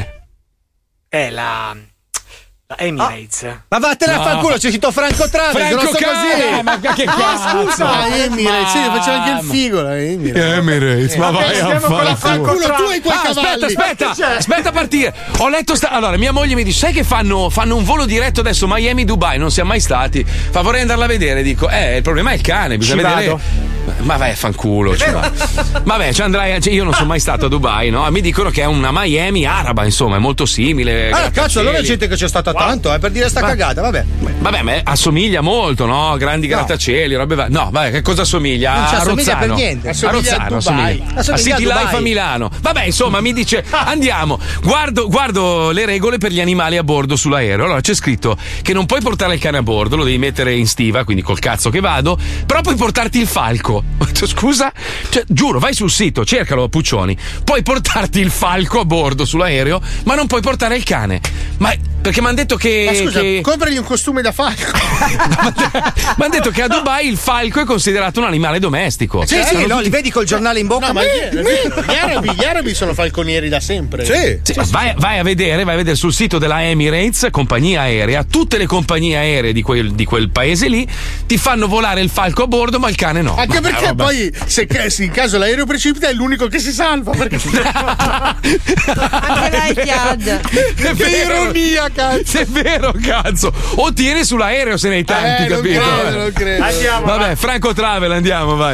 La Emirates. Ma vattene a fanculo, c'è scritto Franco Travel, grosso così. Ma che cazzo? Scusa, Emirates, faceva anche il figo la Emirates, ma vai a fare fanculo, tu hai quei cavalli. Aspetta a partire. Ho letto allora, mia moglie mi dice, sai che fanno un volo diretto adesso Miami-Dubai, non siamo mai stati. Fa, vorrei andarla a vedere, dico, il problema è il cane, bisogna vedere. Ma vai a fanculo, vabbè, ci andrai, io non sono mai stato a Dubai, no? Mi dicono che è una Miami araba, insomma, è molto simile. Cazzo, allora c'è gente che c'è stata a tanto, per dire sta cagata, vabbè. Vabbè, ma assomiglia molto, no? Grandi grattacieli, robe no, vabbè, che cosa assomiglia? Non ci a assomiglia Rozzano. per niente. A Rozzano, assomiglia a City Life a Milano. Vabbè, insomma, mi dice andiamo. Guardo le regole per gli animali a bordo sull'aereo. Allora c'è scritto che non puoi portare il cane a bordo, lo devi mettere in stiva, quindi col cazzo che vado, però puoi portarti il falco. Scusa? Cioè, giuro, vai sul sito, cercalo, Puccioni. Puoi portarti il falco a bordo sull'aereo, ma non puoi portare il cane. Ma perché mi hanno detto che. Ma scusa, compragli un costume da falco. Mi hanno detto che a Dubai il falco è considerato un animale domestico. Sì, no, li vedi col giornale in bocca. No, ma gli arabi sono falconieri da sempre. Sì, vai a vedere sul sito della Emirates, compagnia aerea, tutte le compagnie aeree di quel paese lì ti fanno volare il falco a bordo, ma il cane no. Anche perché poi, se in caso l'aereo precipita, è l'unico che si salva. Perché... Anche l'Etihad. È ironia, cazzo. È vero, cazzo. O tieni sull'aereo se ne hai tanti, capito? Non credo. Andiamo. Vabbè, Franco Travel, andiamo, vai.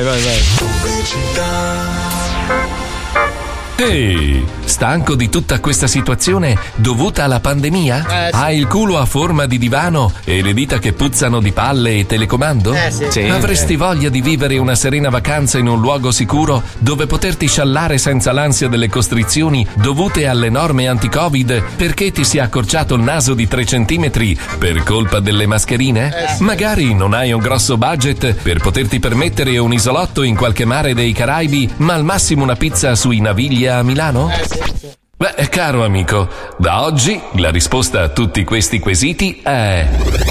Ehi, stanco di tutta questa situazione dovuta alla pandemia? Sì. Hai il culo a forma di divano e le dita che puzzano di palle e telecomando? Sì. Avresti voglia di vivere una serena vacanza in un luogo sicuro dove poterti sciallare senza l'ansia delle costrizioni dovute alle norme anti-Covid perché ti sia accorciato il naso di 3 centimetri per colpa delle mascherine? Magari non hai un grosso budget per poterti permettere un isolotto in qualche mare dei Caraibi, ma al massimo una pizza sui Navigli a Milano? Sì. Beh, caro amico, da oggi la risposta a tutti questi quesiti è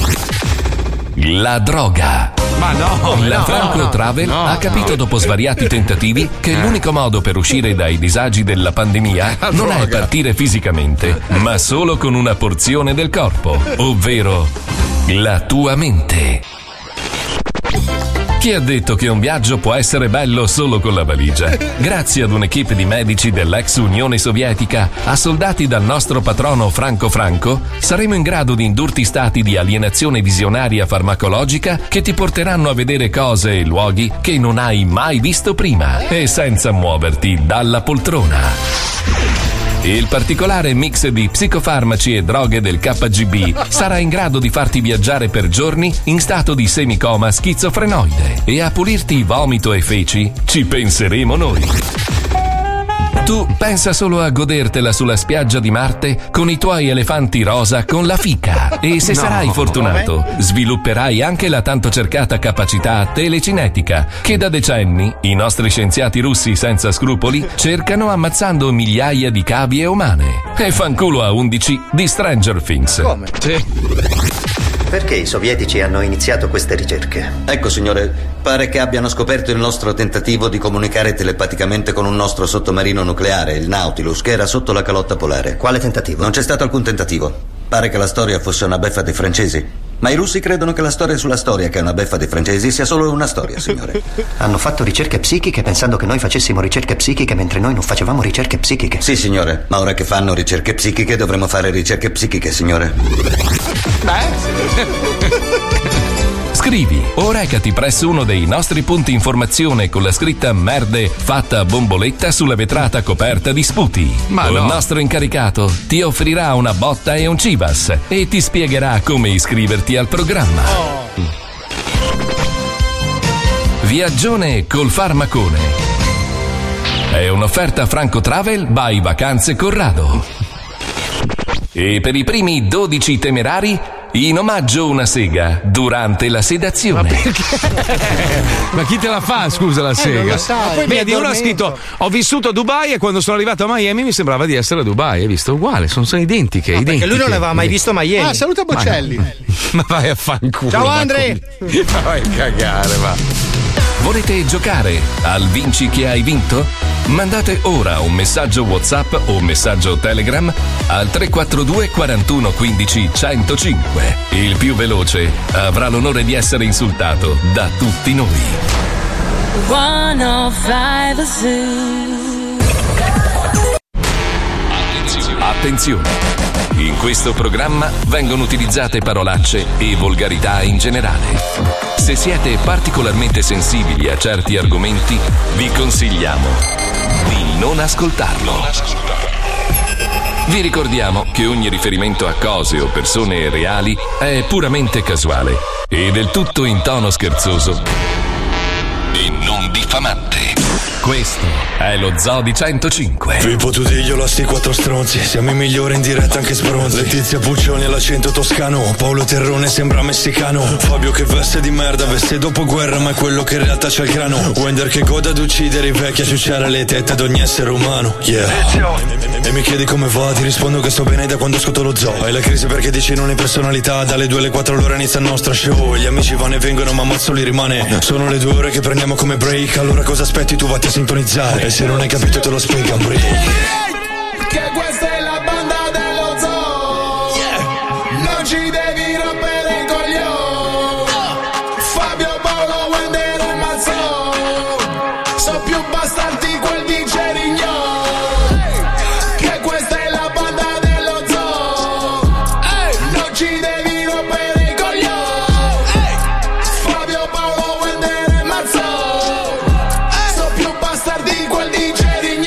la droga. Ma no, la Franco Travel ha capito dopo svariati tentativi che l'unico modo per uscire dai disagi della pandemia non è partire fisicamente, ma solo con una porzione del corpo, ovvero la tua mente. Chi ha detto che un viaggio può essere bello solo con la valigia? Grazie ad un'equipe di medici dell'ex Unione Sovietica, assoldati dal nostro patrono Franco, saremo in grado di indurti stati di alienazione visionaria farmacologica che ti porteranno a vedere cose e luoghi che non hai mai visto prima e senza muoverti dalla poltrona. Il particolare mix di psicofarmaci e droghe del KGB sarà in grado di farti viaggiare per giorni in stato di semicoma schizofrenoide e a pulirti vomito e feci ci penseremo noi. Tu pensa solo a godertela sulla spiaggia di Marte con i tuoi elefanti rosa con la fica e se sarai fortunato svilupperai anche la tanto cercata capacità telecinetica che da decenni i nostri scienziati russi senza scrupoli cercano ammazzando migliaia di cavie umane. E fanculo a 11 di Stranger Things. Come? Perché i sovietici hanno iniziato queste ricerche? Ecco, signore, pare che abbiano scoperto il nostro tentativo di comunicare telepaticamente con un nostro sottomarino nucleare, il Nautilus, che era sotto la calotta polare. Quale tentativo? Non c'è stato alcun tentativo. Pare che la storia fosse una beffa dei francesi. Ma i russi credono che la storia sulla storia, che è una beffa dei francesi, sia solo una storia, signore. Hanno fatto ricerche psichiche pensando che noi facessimo ricerche psichiche mentre noi non facevamo ricerche psichiche. Sì, signore, ma ora che fanno ricerche psichiche dovremmo fare ricerche psichiche, signore. Scrivi o recati presso uno dei nostri punti informazione con la scritta merde fatta a bomboletta sulla vetrata coperta di sputi. Ma il nostro incaricato ti offrirà una botta e un Chivas e ti spiegherà come iscriverti al programma. Viaggione col farmacone. È un'offerta Franco Travel by Vacanze Corrado. E per i primi 12 temerari in omaggio una sega durante la sedazione. Ma perché? Ma chi te la fa, scusa, la sega? Non lo sai. Vedi, uno ha scritto: ho vissuto a Dubai e quando sono arrivato a Miami mi sembrava di essere a Dubai. Hai visto? Uguale, sono identiche. Perché lui non aveva mai visto Miami. Saluta Bocelli. Ma vai a fanculo. Ciao Andre. Ma vai a cagare, va. Volete giocare al Vinci che hai vinto? Mandate ora un messaggio WhatsApp o un messaggio Telegram al 342 41 15 105. Il più veloce avrà l'onore di essere insultato da tutti noi. 105 Zoo. Attenzione! In questo programma vengono utilizzate parolacce e volgarità in generale. Se siete particolarmente sensibili a certi argomenti, vi consigliamo di non ascoltarlo. Vi ricordiamo che ogni riferimento a cose o persone reali è puramente casuale e del tutto in tono scherzoso e non diffamante. Questo è lo Zoo di 105. Pippo Tudiglio, la sti quattro stronzi. Siamo i migliori in diretta anche sbronzi. Letizia Puccioni all'accento toscano. Paolo Terrone sembra messicano. Fabio che veste di merda, veste dopo guerra, ma è quello che in realtà c'ha il grano. Wender che goda ad uccidere i vecchi, a ciucciare le tette ad ogni essere umano. Yeah. E mi chiedi come va, ti rispondo che sto bene da quando ascolto lo Zoo. Hai la crisi perché dici non hai personalità. Dalle 2 alle 4 all'ora inizia il nostro show. Gli amici vanno e vengono ma Mazzoli rimane. Sono le 2 ore che prendiamo come break. Allora cosa aspetti, tu vatti a sintonizzare. E se non hai capito te lo spiega break. Che questa è la banda dello Zoo. Non ci devi rompere il coglione. Fabio, Paolo, Wender e Mazzò. So più bastardi quel di Cerignon. Che questa è la banda dello Zoo. Non ci devi rompere il coglione. Fabio, Paolo, Wender e Mazzò. So più bastardi quel di Cerignon.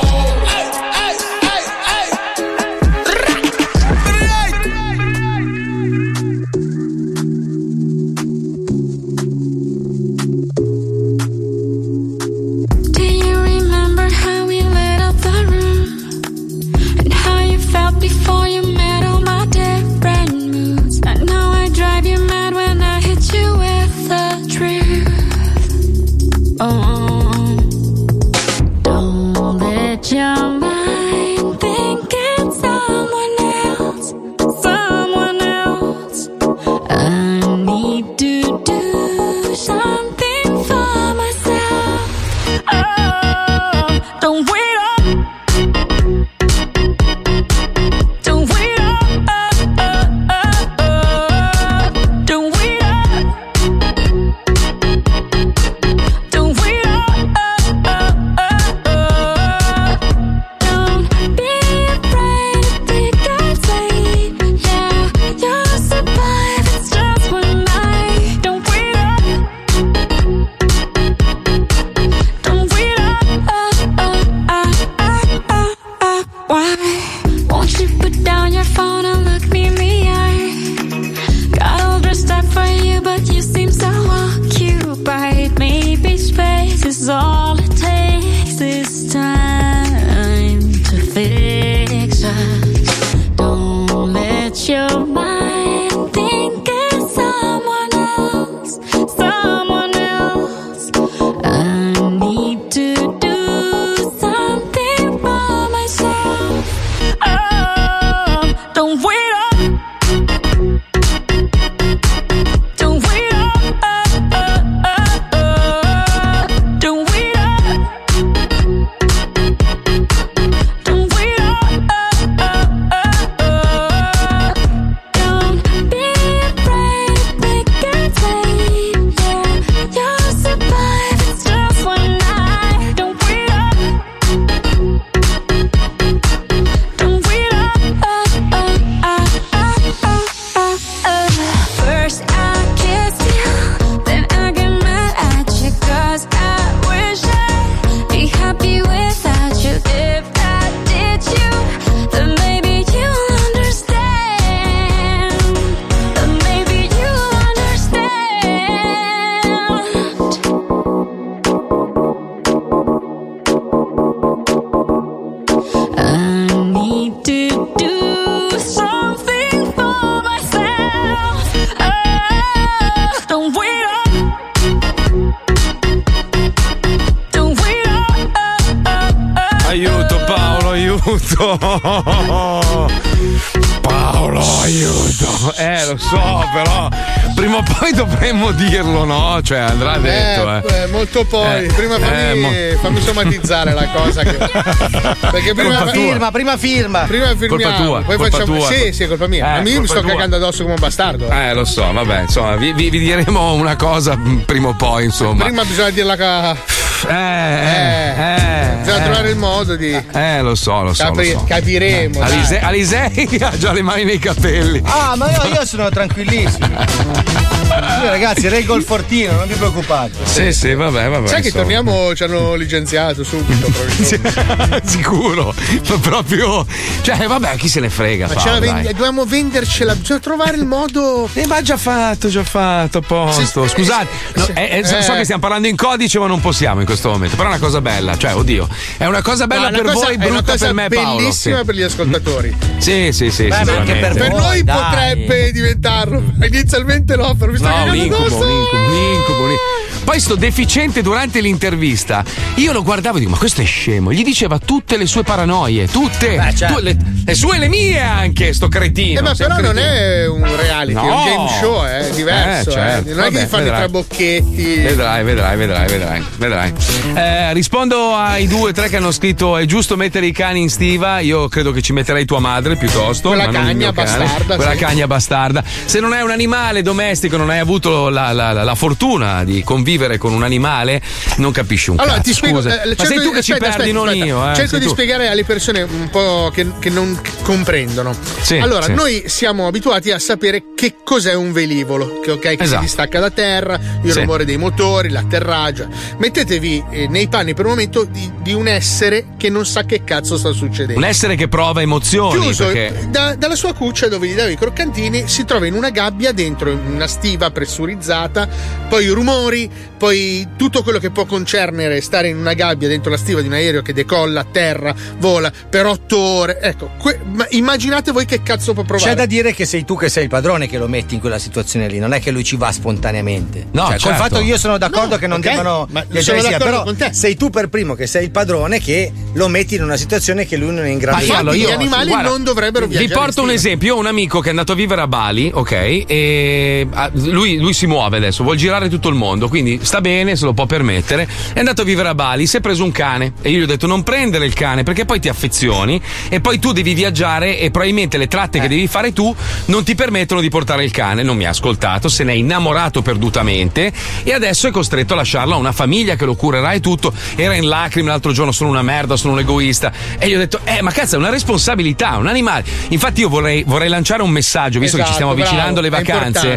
Do you remember how we lit up the room? And how you felt before you met all my different moods? I know I drive you mad when I hit you with the truth. Oh, don't let your mind think it's someone else, someone else. I need to do something for myself. Oh, don't wait up. Don't wait up. Don't wait up. Don't wait up. Don't be afraid to take a flight. Yeah, you'll survive. It's just one night. Don't wait up. Don't wait up. Why won't you put down your phone and look me in the eye? Got all dressed up for you, but you seem so occupied. Maybe space is all it takes this time to fix us. Don't let your mind think it's someone else, someone else. I need to do something for myself. Oh, don't wait up. Don't wait up. Don't wait up. Don't wait up. Don't be afraid to take a flight. Yeah, you'll survive. It's just one night. Don't wait up. Don't wait up. First I kiss you, then I get mad at you, 'cause I wish I'd be happy without you. If I did you, then maybe you'll understand. Then maybe you'll understand. I need to do something for myself. Oh, don't wait up. Don't wait up. Aiuto Paolo, aiuto. Paolo, aiuto. Lo so, però prima o poi dovremmo dirlo, no? Cioè andrà detto, molto poi. Prima fammi somatizzare la cosa che... Perché prima firma. Prima firmiamo. Colpa tua, Poi colpa facciamo. tua. Sì, è colpa mia. Ma io mi sto cagando addosso come un bastardo. Lo so, vabbè, insomma, vi diremo una cosa prima o poi, insomma. Prima bisogna dirla Bisogna trovare il modo di. Lo so. Capiremo. Alisei ha già le mani nei capelli. Ma io sono tranquillissimo. Io, ragazzi, reggo il fortino, non vi preoccupate. Sì, vabbè. Sai che torniamo, ci hanno licenziato subito. Sicuro. Proprio. Cioè, vabbè, chi se ne frega. Dobbiamo vendercela, bisogna trovare il modo. Ma già fatto, a posto. Scusate, so che stiamo parlando in codice, ma non possiamo in questo momento. Però è una cosa bella, cioè, oddio. È una cosa bella per voi, brutta per me, Paolo. Bellissima per gli ascoltatori. Sì. Anche per noi potrebbe diventarlo. Inizialmente no, però mi sta un incubo. Poi sto deficiente durante l'intervista, io lo guardavo e dico, ma questo è scemo. Gli diceva tutte le sue paranoie, tutte. Certo. Le sue e le mie anche, sto cretino. Ma però non è un reality, è un game show, è diverso. Certo. Non è che ti fanno i trabocchetti. Vedrai. Rispondo ai 2 o 3 che hanno scritto: è giusto mettere i cani in stiva? Io credo che ci metterei tua madre piuttosto. Quella cagna bastarda. Quella cagna bastarda. Se non è un animale domestico, non hai avuto la fortuna di convivere con un animale, non capisci un cazzo. Ti spiego, scusa. Ma sei tu che ci perdi, non io. Cerco di spiegare alle persone un po' che non comprendono. Sì. Noi siamo abituati a sapere che cos'è un velivolo, che si distacca da terra, il rumore dei motori, l'atterraggio. Mettetevi nei panni per un momento di un essere che non sa che cazzo sta succedendo. Un essere che prova emozioni. Chiuso perché... dalla sua cuccia dove gli dava i croccantini, si trova in una gabbia dentro una stiva pressurizzata, poi i rumori, poi tutto quello che può concernere stare in una gabbia dentro la stiva di un aereo che decolla, atterra, vola per 8 ore. Ecco, ma immaginate voi che cazzo può provare. C'è da dire che sei tu che sei il padrone che lo metti in quella situazione lì, non è che lui ci va spontaneamente. No, col fatto che io sono d'accordo che non debbano però con te. sei tu per primo che sei il padrone che lo metti in una situazione che lui non è in grado di. Gli animali non dovrebbero viaggiare. Vi porto un esempio. Io ho un amico che è andato a vivere a Bali, ok? E lui si muove adesso, vuol girare tutto il mondo, quindi sta bene, se lo può permettere. È andato a vivere a Bali, si è preso un cane e io gli ho detto non prendere il cane perché poi ti affezioni e poi tu devi viaggiare e probabilmente le tratte che devi fare tu non ti permettono di portare il cane. Non mi ha ascoltato, se ne è innamorato perdutamente e adesso è costretto a lasciarlo a una famiglia che lo curerà e tutto. Era in lacrime l'altro giorno, sono una merda, sono un egoista, e gli ho detto ma cazzo, è una responsabilità, un animale. Infatti io vorrei lanciare un messaggio, visto che ci stiamo avvicinando alle vacanze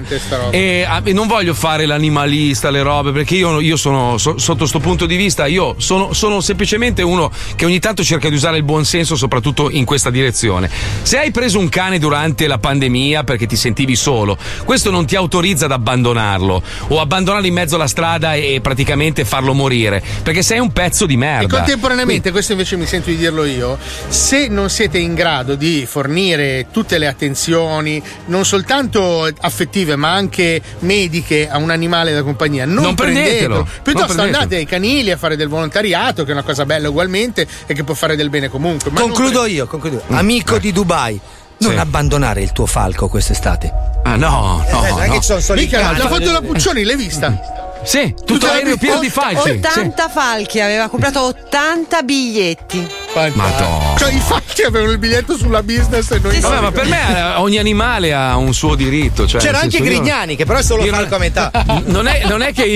e non voglio fare l'animalista, le robe, perché io sono sotto questo punto di vista, io sono semplicemente uno che ogni tanto cerca di usare il buon senso, soprattutto in questa direzione. Se hai preso un cane durante la pandemia perché ti sentivi solo, questo non ti autorizza ad abbandonarlo o abbandonarlo in mezzo alla strada e praticamente farlo morire, perché sei un pezzo di merda. E contemporaneamente, questo invece mi sento di dirlo io, se non siete in grado di fornire tutte le attenzioni, non soltanto affettive ma anche mediche a un animale da compagnia, non prendetelo. Piuttosto andate ai canili a fare del volontariato, che è una cosa bella ugualmente e che può fare del bene comunque. Ma concludo io. Amico di Dubai, non abbandonare il tuo falco quest'estate. No. Non è che ci sono solo mica l'ha fatto la Puccioni, l'hai vista? Sì, tutto l'aereo pieno di falchi. 80 falchi, aveva comprato 80 biglietti. Madonna. Cioè i falchi avevano il biglietto sulla business e noi ma per me ogni animale ha un suo diritto. Cioè, c'era anche Grignani, che però è solo falco a metà. Non è che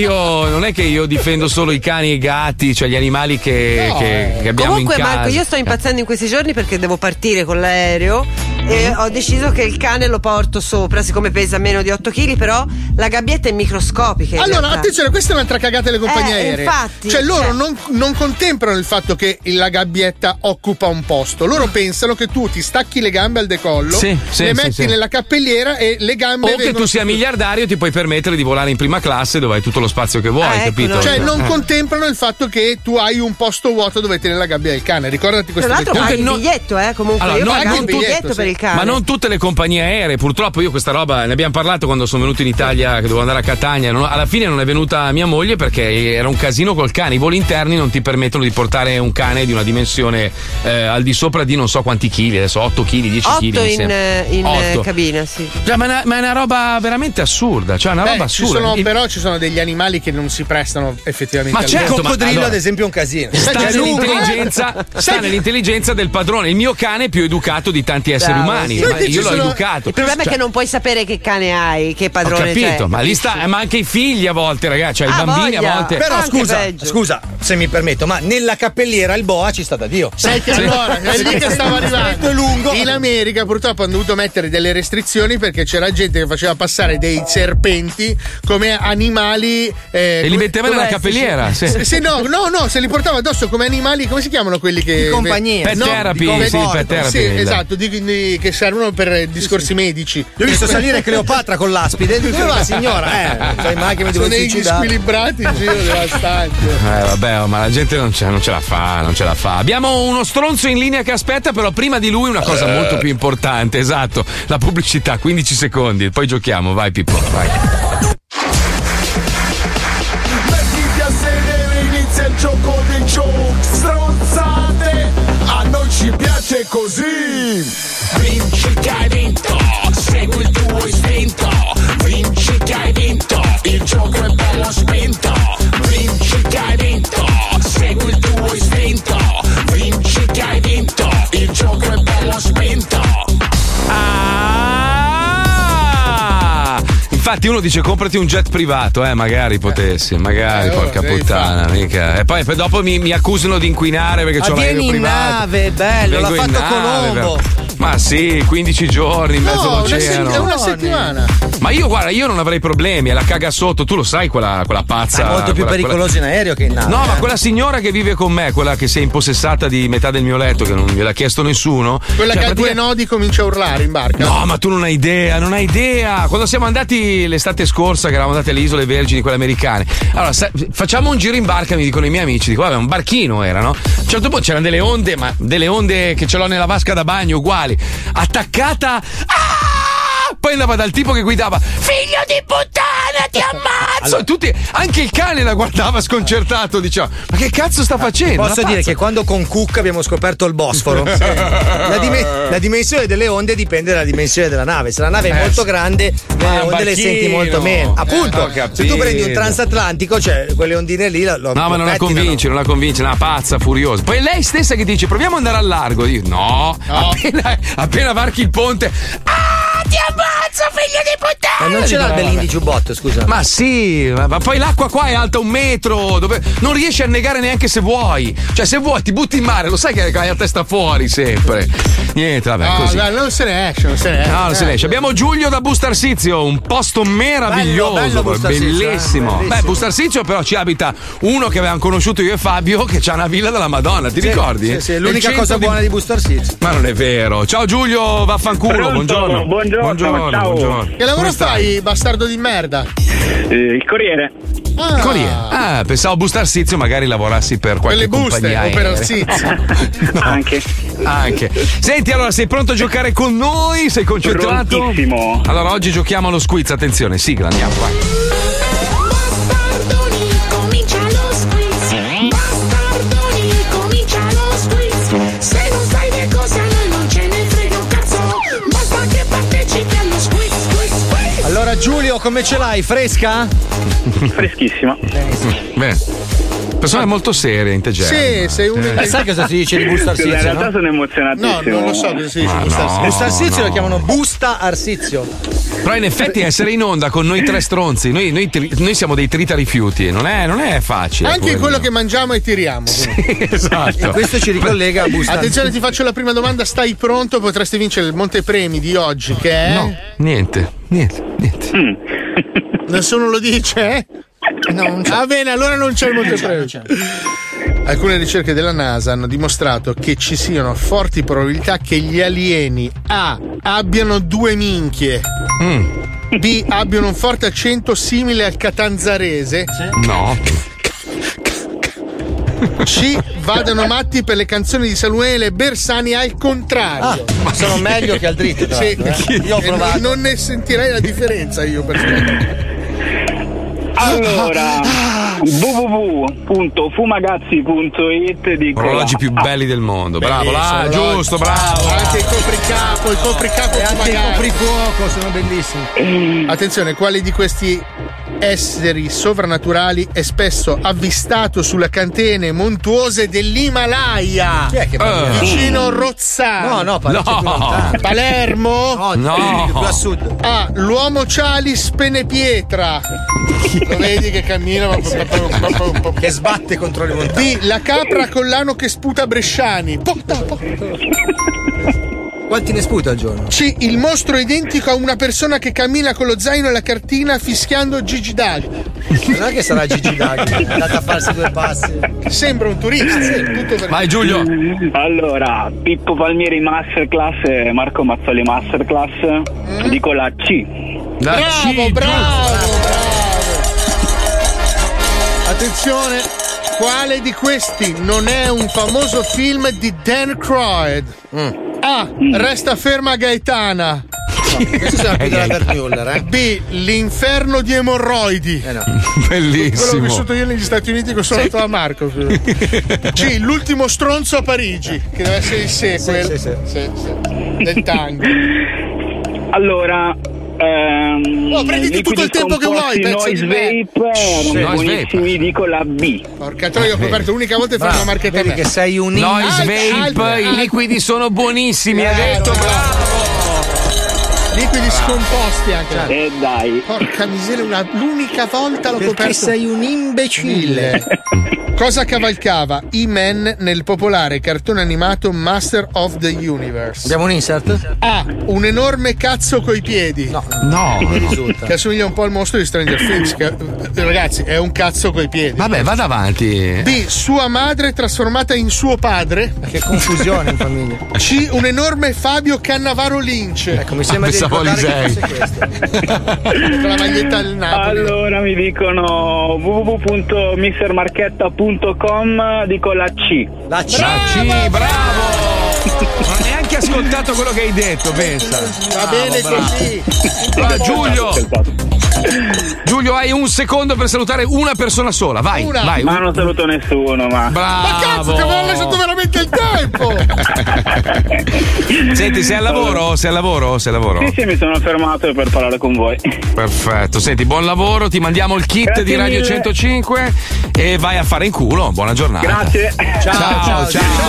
io difendo solo i cani e i gatti, cioè gli animali che abbiamo comunque, in casa. Marco, io sto impazzendo in questi giorni perché devo partire con l'aereo e ho deciso che il cane lo porto sopra, siccome pesa meno di 8 kg, però la gabbietta è microscopica. Allora, attenzione, questa è un'altra cagata delle compagnie aeree. Infatti, cioè loro non contemplano il fatto che la gabbietta occupa un posto. Loro pensano che tu ti stacchi le gambe al decollo, le metti nella cappelliera e le gambe o che tu sia miliardario, ti puoi permettere di volare in prima classe dove hai tutto lo spazio che vuoi, capito? Cioè non contemplano il fatto che tu hai un posto vuoto dove tenere la gabbia del cane. Ricordati questo. Tra l'altro paghi il biglietto, comunque allora, io pago il biglietto per il cane. Ma non tutte le compagnie aeree, purtroppo. Io questa roba ne abbiamo parlato quando sono venuto in Italia, che dovevo andare a Catania. Alla fine non è venuta mia moglie perché era un casino col cane. I voli interni non ti permettono di portare un cane di una dimensione al di sopra di non so quanti chili, adesso 8 kg, 10 kg 8 in cabina, sì. Cioè, ma è una roba veramente assurda, cioè una roba assurda. Però ci sono degli animali che non si prestano effettivamente. Ma certo, il coccodrillo ad esempio è un casino. Sta nell'intelligenza del padrone. Il mio cane è più educato di tanti esseri umani. sì. Ma io l'ho educato. Il problema è che non puoi sapere che cane hai, che padrone Ho capito, c'è. ma lì sta, ma anche i figli a volte, ragazzi, i bambini voglia. a volte. Però Anche scusa, se mi permetto, ma nella cappelliera il boa ci sta da Dio. Sai che allora è lì che stava arrivando. Lungo. In America purtroppo hanno dovuto mettere delle restrizioni perché c'era gente che faceva passare dei serpenti come animali e li metteva nella cappelliera. Sì. No, se li portava addosso come animali, come si chiamano quelli che di compagnia? Pet therapy, pet therapy. Sì, esatto, che servono per discorsi medici. Io ho visto salire Cleopatra con l'aspide. Dove va, signora? Sai mai che mi devo sono degli suicidare? squilibrati in giro devastanti. Vabbè, ma la gente non ce la fa. Abbiamo uno stronzo in linea che aspetta, però prima di lui una cosa molto più importante, esatto, la pubblicità, 15 secondi, poi giochiamo, vai Pippo, vai. Mettiti a sedere, inizia il gioco dei giochi, stronzate, a noi ci piace così. Vinci che hai vinto, segui il tuo istinto, vinci che hai vinto, il gioco è bello spinto, vinci che hai vinto, segui il tuo istinto, vinci che hai vinto, il gioco è bello spinto. Infatti uno dice comprati un jet privato, magari potessi, magari, porca puttana, mica. E poi dopo mi accusano di inquinare perché c'ho l'aereo privato. Nave, bello, l'ha fatto Colombo. Ma sì, 15 giorni in mezzo all'oceano. Una settimana. Ma io non avrei problemi, è la caga sotto, tu lo sai quella pazza. È molto più pericoloso in aereo che in nave. No, ma quella signora che vive con me, quella che si è impossessata di metà del mio letto, che non gliel'ha chiesto nessuno. Quella che a 2 nodi comincia a urlare in barca. No, ma tu non hai idea. Quando siamo andati l'estate scorsa, che eravamo andati alle Isole Vergini, quelle americane, allora facciamo un giro in barca, mi dicono i miei amici, dico vabbè, un barchino era, no? A un certo punto c'erano delle onde, ma delle onde che ce l'ho nella vasca da bagno uguali, attaccata. Poi andava dal tipo che guidava, figlio di puttana, ti ammazzo! Allora, tutti, anche il cane la guardava sconcertato, diceva, ma che cazzo sta facendo? Posso dire che quando con Cook abbiamo scoperto il Bosforo, la dimensione delle onde dipende dalla dimensione della nave. Se la nave è molto grande, le onde le senti molto meno. Appunto, se tu prendi un transatlantico, cioè quelle ondine lì, no, ma non la convince, una pazza furiosa. Poi lei stessa che dice, proviamo ad andare al largo. Dico, no. Appena varchi il ponte, ti ammazzo, figlio di puttana! Ma non ce l'ha Bellini giubbotto, scusa. Ma sì, ma poi l'acqua qua è alta 1 metro, dove non riesci a annegare neanche se vuoi. Cioè, se vuoi ti butti in mare, lo sai che hai la testa fuori sempre. Niente, vabbè, così. No, non se ne esce. No, non se ne esce. Abbiamo Giulio da Bustarsizio, un posto meraviglioso, bellissimo. Beh, Bustarsizio però ci abita uno che avevamo conosciuto io e Fabio, che c'ha una villa della Madonna, ti ricordi? Sì, l'unica cosa buona di Bustarsizio. Ma non è vero. Ciao Giulio, vaffanculo, buongiorno. Buongiorno. Che lavoro fai, bastardo di merda? Il Corriere. Il Corriere. Pensavo Bustarsizio magari lavorassi per qualche compagnia aerea. O per Arsizio. No. Anche. Senti, allora sei pronto a giocare con noi? Sei concentrato? Prontissimo. Allora oggi giochiamo allo squiz, attenzione, sigla, andiamo, vai. Bastardoni, comincia lo squiz. Bastardoni, comincia lo squiz. Se non sai le cose a noi non ce ne frega un cazzo. Basta che partecipi allo squiz. Allora Giulio, come ce l'hai? Fresca? Freschissima. Bene. Persona molto seria, intelligente. Sì, sei uno. Sai cosa si dice di Bustarsizio? In realtà sono emozionatissimo. No, non lo so cosa si dice di Bustarsizio. Bustarsizio lo chiamano Busta Arsizio. Però in effetti essere in onda con noi 3 stronzi, noi siamo dei trita rifiuti, non è facile. Anche quello che mangiamo e tiriamo. Sì, esatto. E questo ci ricollega a Busta. Attenzione, ti faccio la prima domanda, stai pronto? Potresti vincere il montepremi di oggi, che è? No, niente. Nessuno lo dice? No, non c'è. Va bene, allora non c'è il montepremi. Alcune ricerche della NASA hanno dimostrato che ci siano forti probabilità che gli alieni A. abbiano 2 minchie, B. abbiano un forte accento simile al catanzarese, No. C. vadano matti per le canzoni di Samuele Bersani al contrario. Ma sono meglio che al dritto. Sì. Io ho provato. Non ne sentirei la differenza io per Allora, www.fumagazzi.it dicono orologi più belli del mondo. Bravo, là, giusto, bravo. Anche il copricapo e anche il coprifuoco sono bellissimi. Attenzione, quali di questi esseri sovrannaturali è spesso avvistato sulle catene montuose dell'Himalaya. Chi è che parla? Vicino Rozzano. No, più lontano. Palermo? No. Più a sud. Ah, l'uomo Cialis Penepietra. Lo vedi che cammina che sbatte contro le montagne. B, la capra con l'ano che sputa Bresciani. Quanti ne sputa al giorno? C, il mostro identico a una persona che cammina con lo zaino e la cartina fischiando Gigi Dag. Non è che sarà Gigi Dag, è andata a farsi 2 passi. Sembra un turista. Tutto per... Vai Giulio. Allora, Pippo Palmieri Masterclass e Marco Mazzoli Masterclass. Dico la C. Bravo. Attenzione, quale di questi non è un famoso film di Dan Aykroyd? A, Resta ferma Gaetana. Questo sarà più della Bert Muller, B, l'inferno di emorroidi. No. Bellissimo. Quello che ho vissuto io negli Stati Uniti che sono andato a Marco. C, l'ultimo stronzo a Parigi, che deve essere il sequel del tango. Allora, prenditi tutto il tempo che vuoi, pezzo Noise di me. Vape erano buonissimi, dico la B. Porca troia, ho coperto l'unica volta e fanno una marchetta a me. Che sei un Noise Vape, i liquidi sono buonissimi, ha detto, bravo. Liquidi scomposti anche. E dai. Porca miseria, l'unica volta l'ho coperto. Perché sei un imbecille. Cosa cavalcava E-Man nel popolare cartone animato Master of the Universe? Abbiamo un insert? A, un enorme cazzo coi piedi. No. Mi risulta. Che assomiglia un po' al mostro di Stranger Things. Che, ragazzi, è un cazzo coi piedi. Vabbè, vada avanti. B, sua madre trasformata in suo padre. Che confusione in famiglia. C, un enorme Fabio Cannavaro Lynch. Ecco, mi sembra di ricordare che fosse questo. Con la maglietta al Napoli. Allora mi dicono www.mistermarchetta.com, dico la C. La C, bravo! Non ho neanche ascoltato quello che hai detto, pensa. Va bene così. Allora, Giulio, hai un secondo per salutare una persona sola. Vai. Ma non saluto nessuno, ma. Bravo. Ma cazzo, ti avevo lasciato veramente il tempo. Senti, sei al lavoro? Sì, mi sono fermato per parlare con voi. Perfetto. Senti, buon lavoro, ti mandiamo il kit Grazie di Radio mille. 105 e vai a fare in culo. Buona giornata. Grazie. Ciao.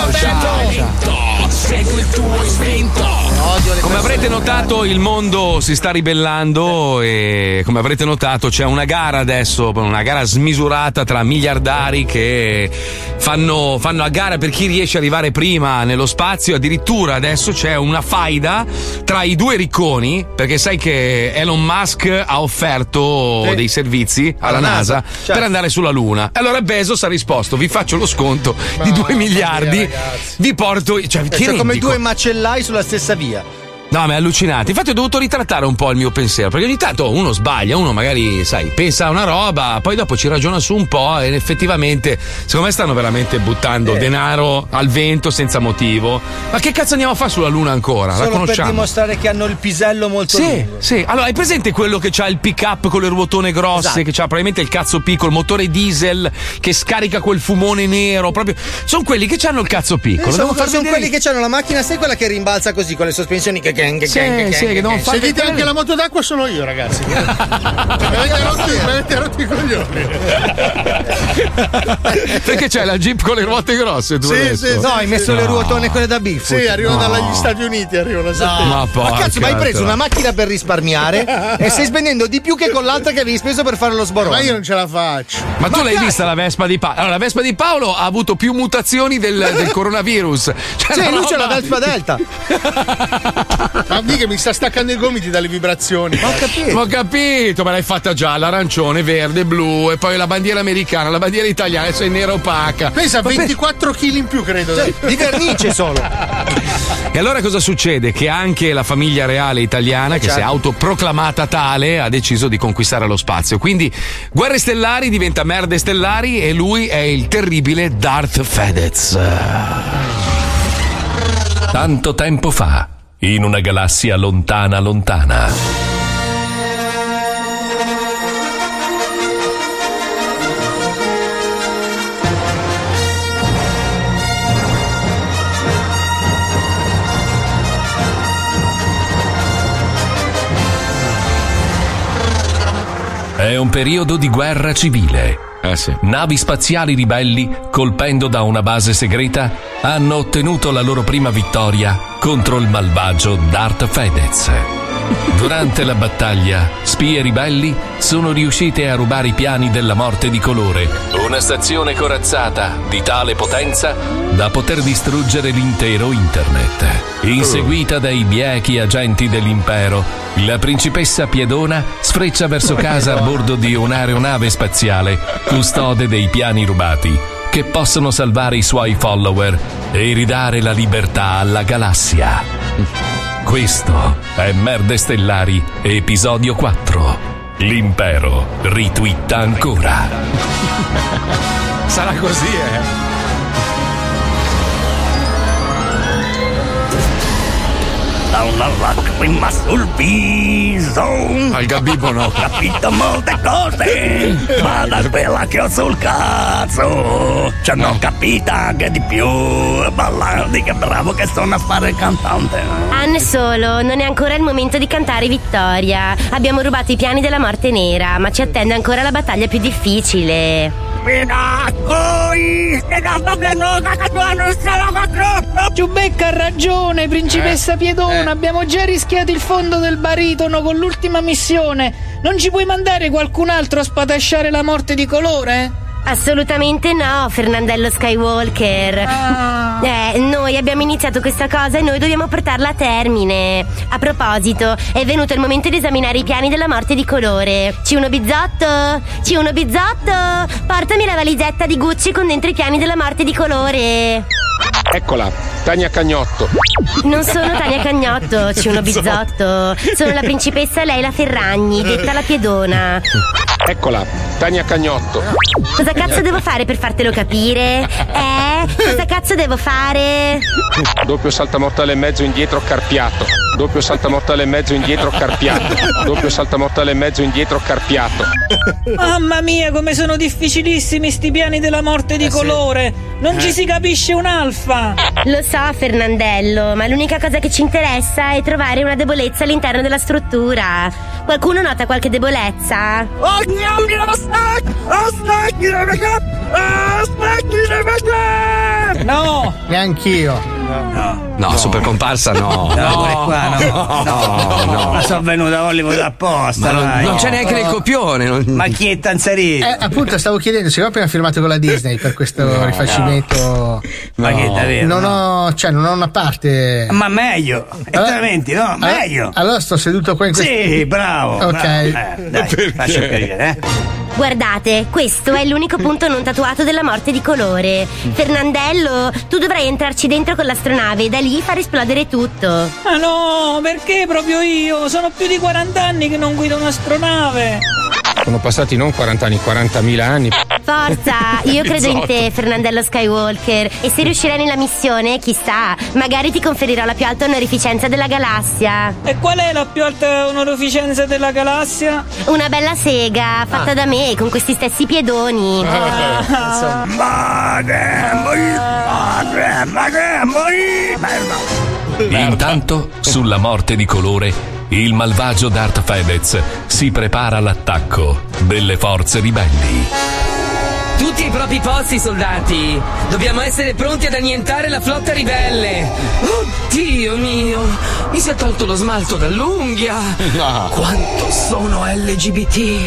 Segui il tuo istinto. Come avrete notato, il mondo si sta ribellando e come avrete notato c'è una gara adesso, una gara smisurata tra miliardari che fanno a gara per chi riesce ad arrivare prima nello spazio. Addirittura adesso c'è una faida tra i due ricconi, perché sai che Elon Musk ha offerto dei servizi alla NASA per andare sulla Luna. Allora Bezos ha risposto: vi faccio lo sconto di 2 miliardi, vi porto, cioè come 2 macellai sulla stessa via. No, ma è allucinante. Infatti ho dovuto ritrattare un po' il mio pensiero, perché ogni tanto uno sbaglia, uno magari, sai, pensa a una roba, poi dopo ci ragiona su un po' ed effettivamente, secondo me stanno veramente buttando denaro al vento senza motivo. Ma che cazzo andiamo a fare sulla Luna ancora? Solo la conosciamo? per dimostrare che hanno il pisello molto lungo. Sì. Allora, hai presente quello che c'ha il pick-up con le ruotone grosse, esatto, che c'ha probabilmente il cazzo piccolo, il motore diesel che scarica quel fumone nero, proprio. Sono quelli che hanno il cazzo piccolo. Sono quelli che hanno la macchina, sai quella che rimbalza così con le sospensioni che Se dite anche la moto d'acqua sono io, ragazzi. Mi avete rotto i coglioni. Perché c'hai la Jeep con le ruote grosse tu adesso? No, hai messo le ruotone quelle da Bigfoot. Sì, arrivano dagli Stati Uniti, arrivano Ma cazzo, ma hai preso una macchina per risparmiare e stai spendendo di più che con l'altra che avevi speso per fare lo sborone. Ma io non ce la faccio. Ma tu l'hai vista la Vespa di Paolo? Allora, la Vespa di Paolo ha avuto più mutazioni del coronavirus. Cioè, sì, lui c'è la Vespa Delta. Ma mica mi sta staccando i gomiti dalle vibrazioni. Ho capito, ma l'hai fatta gialla, arancione, verde, blu e poi la bandiera americana, la bandiera italiana, adesso è nera opaca. Pensa, 24 kg in più, credo. Di vernice solo. E allora cosa succede? Che anche la famiglia reale italiana, che si è autoproclamata tale, ha deciso di conquistare lo spazio. Quindi Guerre Stellari diventa Merde Stellari e lui è il terribile Darth Fedez. Tanto tempo fa, in una galassia lontana lontana. È un periodo di guerra civile. Navi spaziali ribelli, colpendo da una base segreta, hanno ottenuto la loro prima vittoria contro il malvagio Darth Fedez. Durante la battaglia, spie ribelli sono riuscite a rubare i piani della morte di colore, una stazione corazzata di tale potenza da poter distruggere l'intero internet. Inseguita dai biechi agenti dell'impero, la principessa Piedona sfreccia verso casa a bordo di un'aeronave spaziale, custode dei piani rubati, che possono salvare i suoi follower e ridare la libertà alla galassia. Questo è Merde Stellari, episodio 4. L'impero ritwitta ancora. Sarà così, Da una lacrima sul viso. Al Gabibbo no. Ho capito molte cose, ma da quella che ho sul cazzo ci hanno capita anche di più. Ballardi, che bravo che sono a fare il cantante. Anne solo, non è ancora il momento di cantare vittoria. Abbiamo rubato i piani della morte nera, ma ci attende ancora la battaglia più difficile. Giubecca ha ragione, principessa Piedona. Abbiamo già rischiato il fondo del baritono con l'ultima missione. Non ci puoi mandare qualcun altro a spatasciare la morte di colore? Assolutamente no, Fernandello Skywalker. Noi abbiamo iniziato questa cosa e noi dobbiamo portarla a termine. A proposito, è venuto il momento di esaminare i piani della morte di colore. C1 Bizzotto, C1 Bizzotto, portami la valigetta di Gucci con dentro i piani della morte di colore. Eccola, Tania Cagnotto. Non sono Tania Cagnotto, C1 Bizzotto. Sono la principessa Leila Ferragni, detta la Piedona. Eccola, Tania Cagnotto. Cosa cazzo devo fare per fartelo capire? Cosa cazzo devo fare? Doppio saltamortale e mezzo indietro carpiato. Doppio saltamortale e mezzo indietro carpiato. Doppio saltamortale e mezzo indietro carpiato. Mamma mia, come sono difficilissimi sti piani della morte di colore. Non ci si capisce un'alfa. Lo so, Fernandello, ma l'unica cosa che ci interessa è trovare una debolezza all'interno della struttura. Qualcuno nota qualche debolezza? No, neanch'io. No, super comparsa no. No. Ma sono venuto a Hollywood apposta. Non c'è neanche nel copione. Ma chi è Tanzarino? Appunto, stavo chiedendo, siccome ho appena firmato con la Disney per questo rifacimento. Ma che davvero? Non ho una parte. Ma meglio, veramente, no? Meglio. Allora sto seduto qua in questo. Sì, bravo. Ok. Dai, faccio capire, Guardate, questo è l'unico punto non tatuato della morte di colore. Fernandello, tu dovrai entrarci dentro con l'astronave e da lì far esplodere tutto. Ma no, perché proprio io? Sono più di 40 anni che non guido un'astronave. Sono passati non 40 anni, 40.000 anni. Forza, io credo in te, Fernandello Skywalker. E se riuscirai nella missione, chissà, magari ti conferirò la più alta onorificenza della galassia. E qual è la più alta onorificenza della galassia? Una bella sega, fatta da me, con questi stessi piedoni. Intanto, sulla morte di colore, il malvagio Darth Fedez si prepara all'attacco delle forze ribelli. Tutti ai propri posti, soldati! Dobbiamo essere pronti ad annientare la flotta ribelle! Dio mio! Mi si è tolto lo smalto dall'unghia! No. Quanto sono LGBT!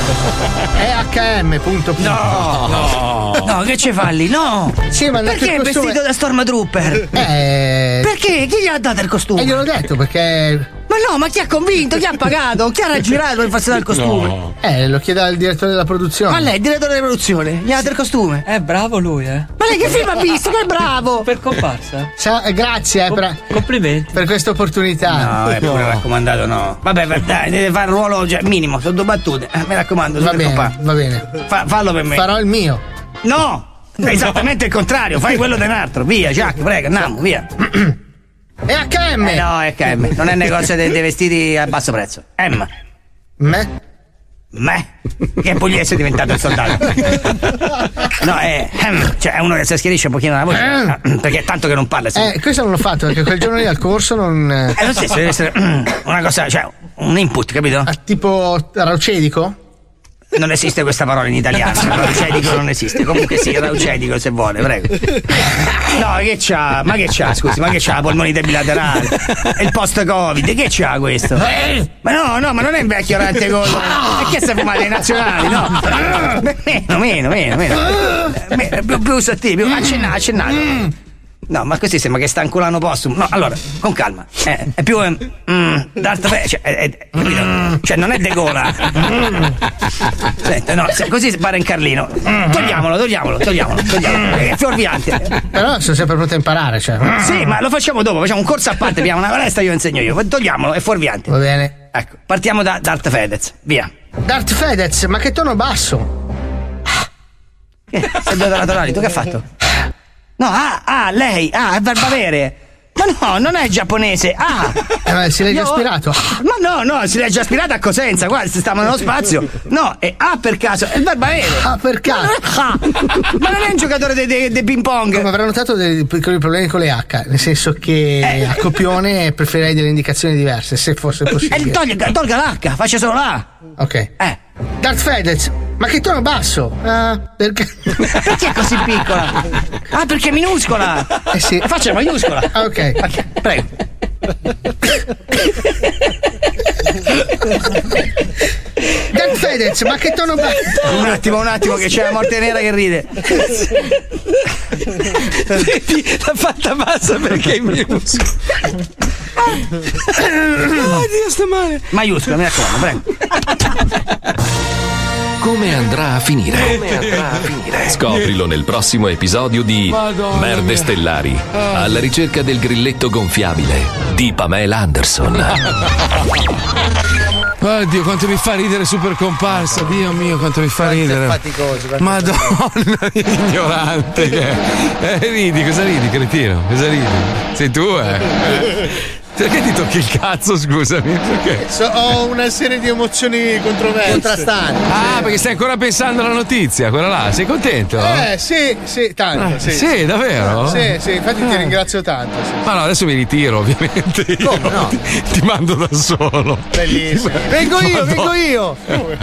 EHM. No, che ci falli? No! Sì, ma perché è vestito da Stormtrooper? Perché? Chi gli ha dato il costume? Gliel'ho detto perché. Ma no, ma chi ha convinto? Chi ha pagato? Chi ha raggirato per farsi dare il costume? No. Lo chiede al direttore della produzione. Ma lei, il direttore della produzione, gli ha dato il costume? È bravo lui, Ma lei che film ha visto? Che è bravo! Per comparsa. Grazie, complimenti. Per questa opportunità. No, è pure raccomandato, no. Vabbè, dai, deve fare il ruolo minimo, sono 2 battute. Mi raccomando, va bene. Fallo per me. Farò il mio. No! È esattamente il contrario, fai quello di un altro. Via, Jack, prego, andiamo, via. EHM! No, EHM, non è negozio dei vestiti a basso prezzo. Me? Che pugliese è diventato il soldato? No, cioè è uno che si schiarisce un pochino la voce. Perché è tanto che non parla. Questo non l'ho fatto perché quel giorno lì al corso non. Lo stesso deve essere una cosa, cioè un input, capito? Tipo raucedico? Non esiste questa parola in italiano, raucedico non esiste. Comunque sì, raucedico se vuole, prego. No, che c'ha? Ma che c'ha, scusi, ma che c'ha? La polmonite bilaterale? E il post-Covid, che c'ha questo? Ma no, ma non è invecchio rantecollo. E che stai fumando i nazionali, no? Meno. Più sottile, più accennato. No, ma così sembra che sta in culano postumo. No, allora, con calma. È più Darth Vader, cioè non è De Gola. Senta, no, così pare in Carlino. Togliamolo. È fuorviante. Però sono sempre pronto a imparare, cioè. Sì, ma lo facciamo dopo, facciamo un corso a parte, abbiamo una palestra, io insegno io. Togliamolo, è fuorviante. Va bene. Ecco, partiamo da Darth Fedez, via. Darth Fedez, ma che tono basso? Sei due laterali, tu che hai fatto? No, lei, è Barbavere. Ma no, non è giapponese. Si legge aspirato. Ma no, si legge aspirato a Cosenza. Guarda, se stiamo nello spazio. No, è per caso, è il Barbavere. Per caso. Ma non è un giocatore di ping pong. Ma avrà notato dei piccoli problemi con le H. Nel senso che a copione preferirei delle indicazioni diverse, se fosse possibile. Tolga l'H, faccia solo l'A. Ok. Darth Fedez, ma che tono basso? Perché? Perché è così piccola? Perché è minuscola. Sì. Faccia maiuscola. Ok, prego. Darth Fedez, ma che tono basso? Un attimo che c'è la morte nera che ride. Vedi, l'ha fatta bassa perché è minuscola. Dio, sta male. Maiuscola, mi raccomando, prego. Come andrà a finire? Scoprilo nel prossimo episodio di Merde Stellari, alla ricerca del grilletto gonfiabile di Pamela Anderson. Oddio, quanto mi fa ridere Super Comparsa, Dio mio, quanto mi fa ridere. Faticoso. Madonna, ignorante che è. Ridi, cosa ridi, cretino? Cosa ridi? Sei tu, Perché ti tocchi il cazzo, scusami? Perché? Ho una serie di emozioni contrastanti. Perché stai ancora pensando alla notizia, quella là. Sei contento? Sì, tanto. Sì, davvero? Sì, infatti ti ringrazio tanto. Sì. Ma no, adesso mi ritiro, ovviamente. Come no? Ti mando da solo. Bellissimo. Vengo io.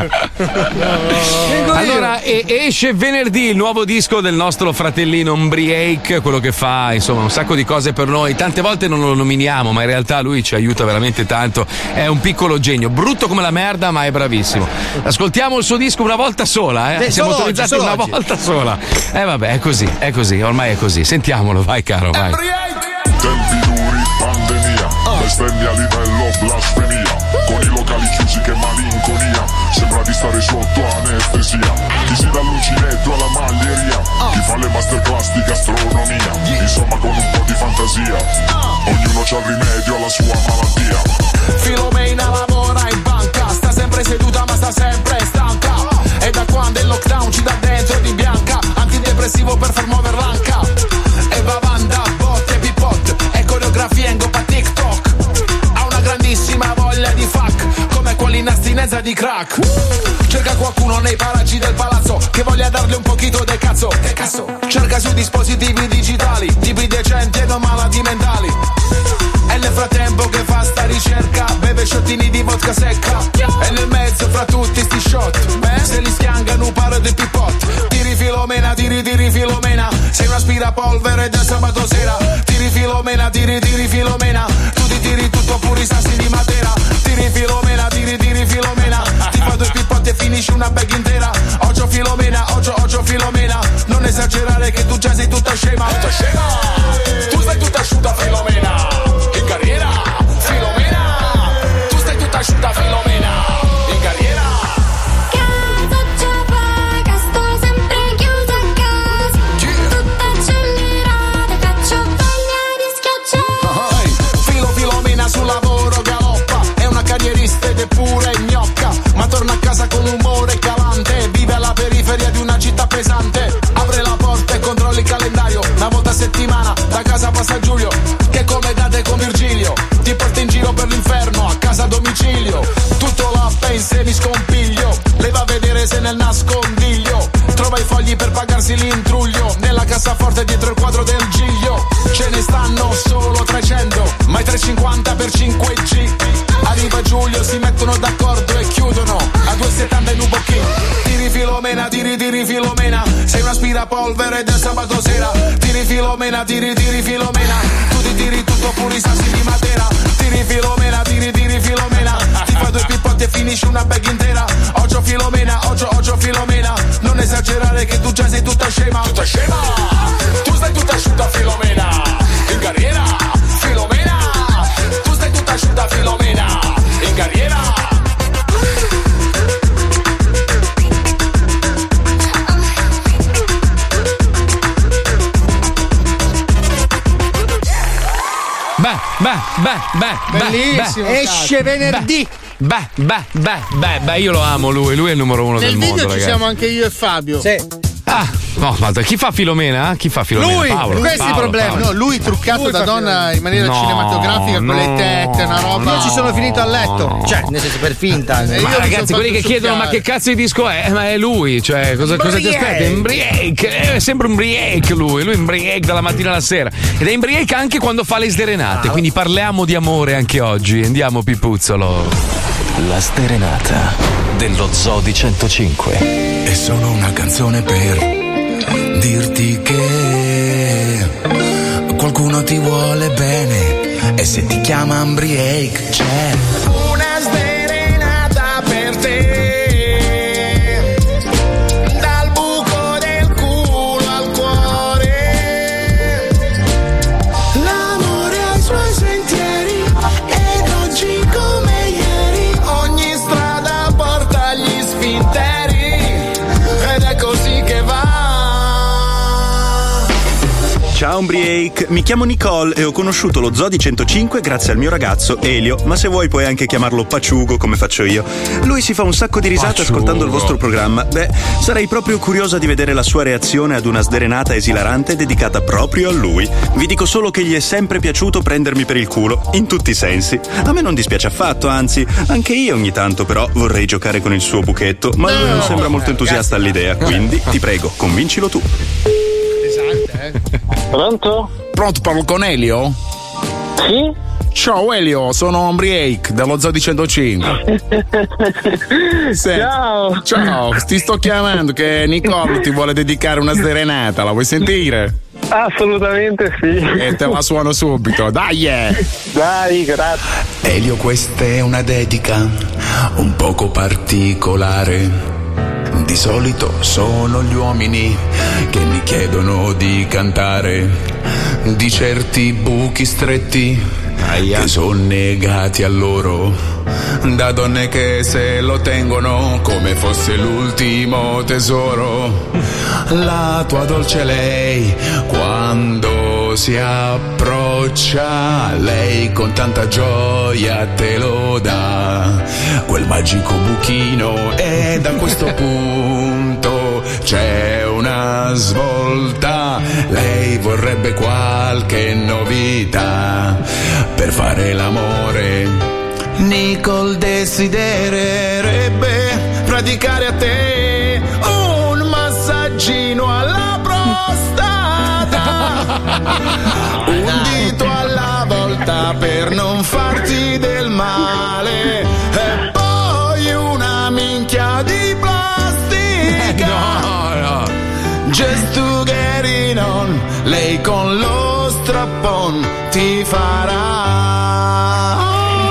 Allora, esce venerdì il nuovo disco del nostro fratellino Umbriake, quello che fa, insomma, un sacco di cose per noi. Tante volte non lo nominiamo, ma in realtà lui ci aiuta veramente tanto. È un piccolo genio, brutto come la merda, ma è bravissimo. Ascoltiamo il suo disco una volta sola, Siamo autorizzati una volta sola. Vabbè, è così, ormai è così. Sentiamolo, vai caro, vai. Tempi duri, pandemia, bestemmia a livello blasfemia, con i locali chiusi che malinconia, sembra di stare sotto anestesia, chi si dà l'uncinetto alla maglieria, chi fa le masterclass di gastronomia, insomma con un po' di fantasia, ognuno c'ha il rimedio alla sua malattia. Filomena lavora in banca, sta sempre seduta ma sta sempre stanca, e da quando il lockdown ci dà dentro di bianca, antidepressivo per far muovere l'anca, e va banda, botte, pipot, e coreografia in gopa TikTok, ha una grandissima voglia di fuck, come quelli in astinenza di crack, cerca qualcuno nei paraggi del palazzo che voglia darle un pochino de cazzo, cerca sui dispositivi digitali tipi decenti e non malati mentali, e nel frattempo che fa sta ricerca beve sciottini di vodka secca, e nel mezzo fra tutti sti shot se li schiangano un paro di pipot, tiri Filomena, tiri Filomena, sei un aspirapolvere del sabato sera, tiri Filomena, tiri Filomena, tu ti tiri tutto pure i sassi di Matera, tiri Filomena, tiri Filomena, ti fa due pipot e finisci una bag intera, Oggio Filomena, Oggio Filomena, non esagerare che tu già sei tutta scema, tu sei tutta asciutta Filomena, in carriera, Filomena, tu stai tutta asciutta Filomena, in carriera. Casa già paga, sto sempre chiusa a casa, tutta accelerata, caccio voglia di schiacciare. Filomena sul lavoro galoppa, è una carrierista ed è pure gnocca, ma torna a casa con l'umore calante, vive alla periferia di una città pesante, apre la porta e controlla il calendario, una volta a settimana da casa passa Giulio, che come date con Virgilio, ti porta in giro per l'inferno, a casa a domicilio, tutto là pensa e mi scompiglio, le va a vedere se nel nascondiglio, trova i fogli per pagarsi l'intruglio, nella cassaforte dietro il quadro del Giglio, ce ne stanno solo 300, ma i 350 per 5G, arriva Giulio, si mettono d'accordo e chiudono a 2,70 in un bocchino. Filomena, tiri Filomena. Sei un aspirapolvere del sabato sera. Tiri Filomena, tiri Filomena. Tu ti tiri tutto pure i sassi di Matera. Tiri Filomena, tiri Filomena. Ti fai 2 pippotti e finisci una bag intera. Ocio Filomena, ocio Filomena. Non esagerare che tu già sei tutta scema. Tutta scema. Tu stai tutta asciutta Filomena. In carriera Filomena. Tu stai tutta asciutta Filomena. In carriera. Bellissimo. Esce venerdì. Beh, io lo amo lui è il numero 1 del mondo. Nel video ci ragazzi. siamo anche io e Fabio. Sì. No, ma chi fa Filomena? Lui, Paolo, questo è il problema. No, lui truccato da donna in maniera cinematografica con le tette, una roba. Io ci sono finito a letto. Cioè, nel senso per finta. Ma ragazzi, quelli che chiedono ma che cazzo di disco è? Ma è lui, cioè, cosa ti aspetta? È sempre un break lui è in break dalla mattina alla sera. Ed è in break anche quando fa le sderenate. Quindi parliamo di amore anche oggi. Andiamo, Pipuzzolo. La sderenata dello Zoo di 105. È solo una canzone per dirti che qualcuno ti vuole bene e se ti chiama Ambriake c'è una sderenata per te, dal buco del culo al cuore. L'amore ha i suoi sentieri ed oggi come ieri ogni strada porta agli sfinteri ed è così che va. Ciao Ambriake, mi chiamo Nicole e ho conosciuto lo Zoo di 105 grazie al mio ragazzo Elio, ma se vuoi puoi anche chiamarlo Paciugo come faccio io. Lui si fa un sacco di risate ascoltando il vostro programma. Beh, sarei proprio curiosa di vedere la sua reazione ad una sderenata esilarante dedicata proprio a lui. Vi dico solo che gli è sempre piaciuto prendermi per il culo, in tutti i sensi. A me non dispiace affatto, anzi, anche io ogni tanto però vorrei giocare con il suo buchetto, ma lui non sembra molto entusiasta all'idea, quindi ti prego, convincilo tu. Pronto? Pronto, parlo con Elio? Sì? Ciao Elio, sono Ambriake dello Zoo di 105. Ciao, ti sto chiamando che Nicole ti vuole dedicare una sderenata, la vuoi sentire? Assolutamente sì. E te la suono subito, dai! Dai, grazie. Elio, questa è una dedica un poco particolare. Di solito sono gli uomini che mi chiedono di cantare di certi buchi stretti che sono negati a loro da donne che se lo tengono come fosse l'ultimo tesoro. La tua dolce lei quando si approccia, lei con tanta gioia te lo dà quel magico buchino e da questo punto c'è una svolta. Lei vorrebbe qualche novità per fare l'amore. Nicole desidererebbe praticare a te un massaggino alla prostata, un dito alla volta per non farti del male e poi una minchia di plastica. Just to get it on, lei con lo strappon ti farà.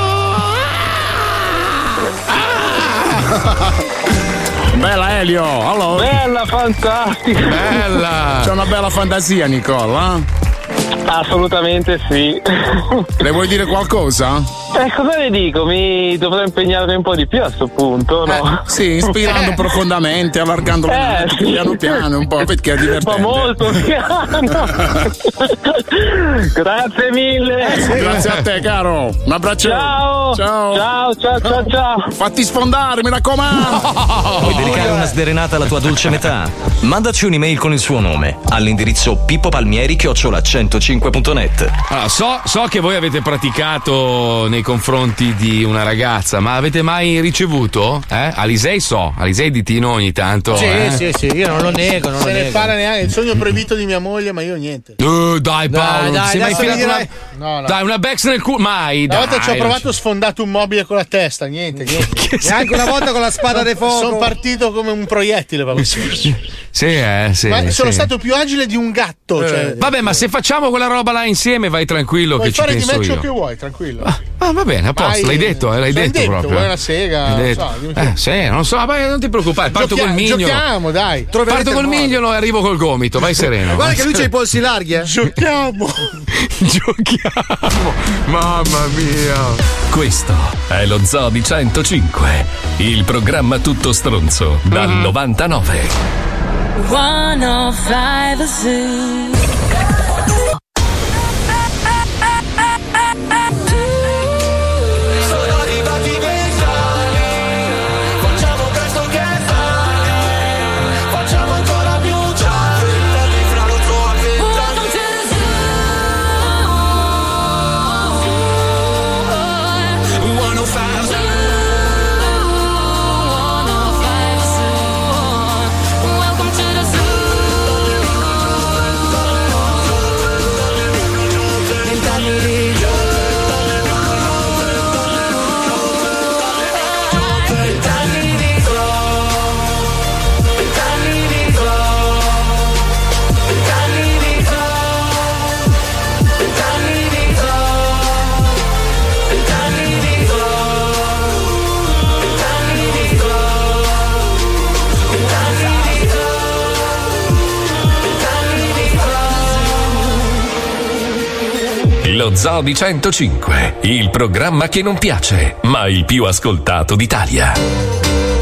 Bella Elio, allora. Bella, fantastica. Bella. C'è una bella fantasia, Nicole, eh? Assolutamente sì. Le vuoi dire qualcosa? Cosa le dico? Mi dovrò impegnare un po' di più a sto punto, no? Sì, ispirando profondamente, allargando le mani, sì. piano piano, un po', perché è divertente. Ma molto piano. Grazie mille. Grazie a te, caro. Un abbraccio. Ciao. Ciao. Ciao. Fatti sfondare, mi raccomando. Vuoi dedicare una sderenata alla tua dolce metà? Mandaci un'email con il suo nome all'indirizzo pippopalmieri@105 1025.net. Allora, so che voi avete praticato nei confronti di una ragazza, ma avete mai ricevuto? Alisei di Tino ogni tanto. Sì, io non lo nego. Se ne parla neanche, il sogno proibito di mia moglie, ma io niente. Dai Paolo, dai, mai dai, no. Dai, una Bex nel culo, mai. Una volta ci ho provato, ho sfondato un mobile con la testa, niente. Neanche una volta con la spada di fuoco. Sono partito come un proiettile. Sì. Ma sono stato più agile di un gatto. Vabbè, ma se facciamo quella roba là insieme, vai tranquillo. Puoi che ci fare penso di match io. che vuoi, tranquillo. Va bene, a posto, l'hai detto proprio. Vuoi una sega? Non so, ma non ti preoccupare, parto col mignolo. Giochiamo, dai. Parto col mignolo e arrivo col gomito, vai sereno. Guarda che lui c'ha i polsi larghi, Giochiamo. Mamma mia. Questo è lo Zoo di 105, il programma tutto stronzo dal 99. 105 Zoo. Lo Zoo di 105, il programma che non piace, ma il più ascoltato d'Italia.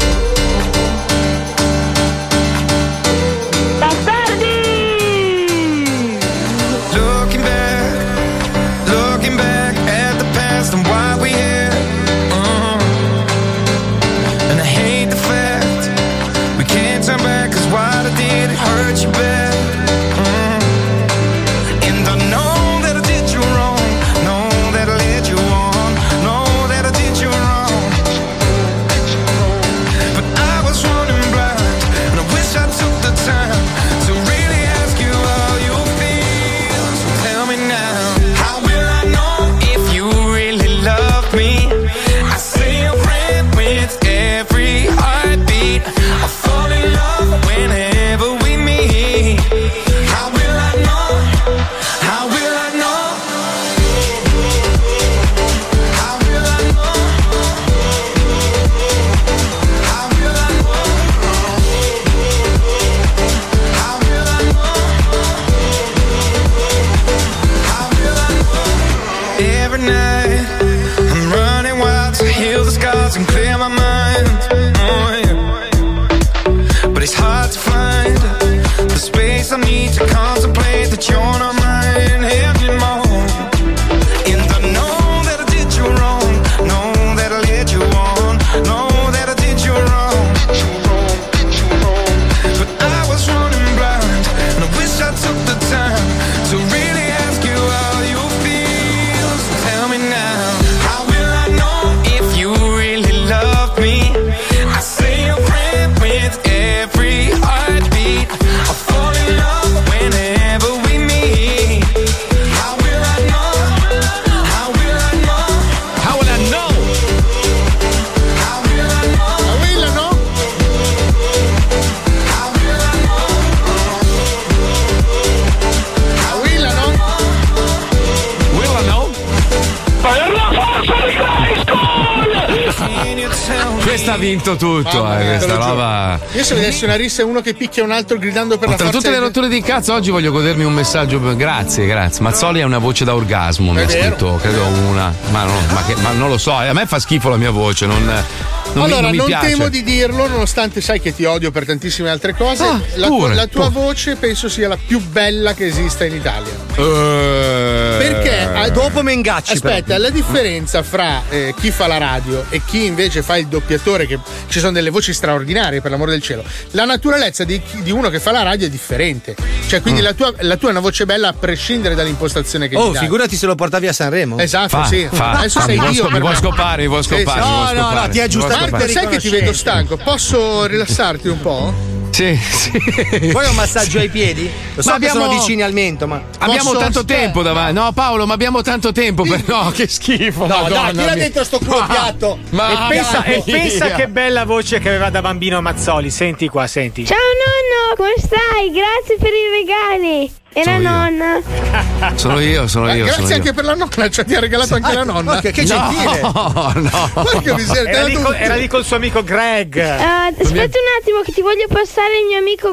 Questa ha vinto tutto, questa roba. Io se vedessi una rissa e uno che picchia un altro gridando per la tra forza tutte le rotture di cazzo, oggi voglio godermi un messaggio. Grazie. Mazzoli ha una voce da orgasmo, mi ha scritto, credo una. Ma non lo so, a me fa schifo la mia voce, non Allora, non piace. temo di dirlo, nonostante sai che ti odio per tantissime altre cose. La tua voce penso sia la più bella che esista in Italia. Perché dopo Mengacci. Aspetta, la differenza fra chi fa la radio e chi invece fa il doppiatore, che ci sono delle voci straordinarie, per l'amore del cielo. La naturalezza di uno che fa la radio è differente. Cioè, quindi la tua è una voce bella a prescindere dall'impostazione che ti dai. Figurati se lo portavi a Sanremo. Esatto, sì. Adesso sei io. Mi vuoi scopare, No, ti è giusto. Marco, sai che ti vedo stanco? Posso rilassarti un po'? Sì. Poi un massaggio ai piedi? Lo so che sono vicini al mento, ma abbiamo tanto tempo davanti. No, Paolo, ma abbiamo tanto tempo. No, che schifo. No, dai, tira dentro sto culo piatto. E pensa che bella voce che aveva da bambino Mazzoli. Senti qua, senti. Ciao nonno, come stai? Grazie per i regali. E la nonna? Sono io. Grazie anche per la nonna, cioè ti ha regalato anche la nonna. Che gentile. No. Porca miseria, era lì col suo amico Greg. Aspetta un attimo che ti voglio passare il mio amico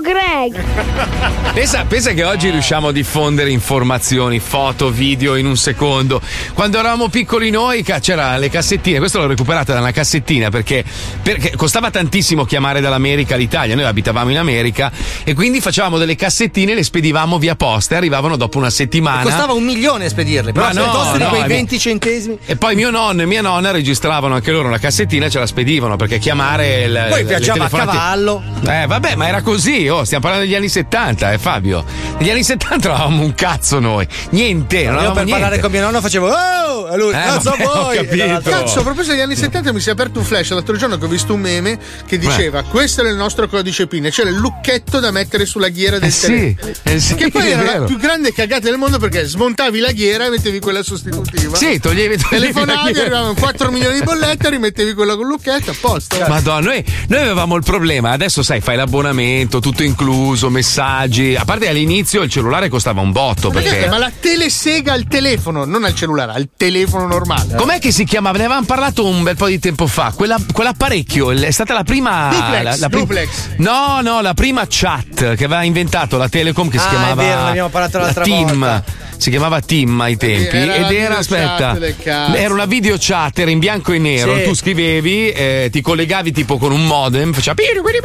Greg. Pensa che oggi riusciamo a diffondere informazioni, foto, video in un secondo. Quando eravamo piccoli noi c'era le cassettine, questo l'ho recuperata da una cassettina perché costava tantissimo chiamare dall'America all'Italia. Noi abitavamo in America e quindi facevamo delle cassettine e le spedivamo via posta e arrivavano dopo una settimana. Costava $1 milione spedirle, però al costo di quei 20 centesimi. E poi mio nonno e mia nonna registravano anche loro una cassettina e ce la spedivano perché chiamare poi viaggiava a cavallo. Vabbè, ma era così, stiamo parlando degli anni 70, Fabio. Negli anni 70 non avevamo un cazzo noi. Niente, non avevamo niente. Parlare con mio nonno facevo e lui cazzo vuoi? Cazzo, a proposito degli anni 70 mi si è aperto un flash l'altro giorno che ho visto un meme che diceva questo è il nostro codice PIN, c'era il lucchetto da mettere sulla ghiera del telefono. Che poi era la più grande cagata del mondo perché smontavi la ghiera e mettevi quella sostitutiva. Sì, toglievi telefonavi, arrivavano 4 milioni di bollette, rimettevi quella con lucchetto, a posto. Madonna, noi avevamo il problema, adesso sai, fai l'abbonamento, tutto incluso, messaggi. A parte all'inizio il cellulare costava un botto. Ma la telesega al telefono, non al cellulare, al telefono normale. Com'è che si chiamava? Ne avevamo parlato un bel po' di tempo fa. Quell'apparecchio è stata la prima. Duplex. No, la prima chat che aveva inventato la Telecom che si chiamava. È vero, ne abbiamo parlato l'altra volta. Si chiamava Tim ai tempi era una video chat, era in bianco e nero, tu scrivevi, ti collegavi tipo con un modem, faceva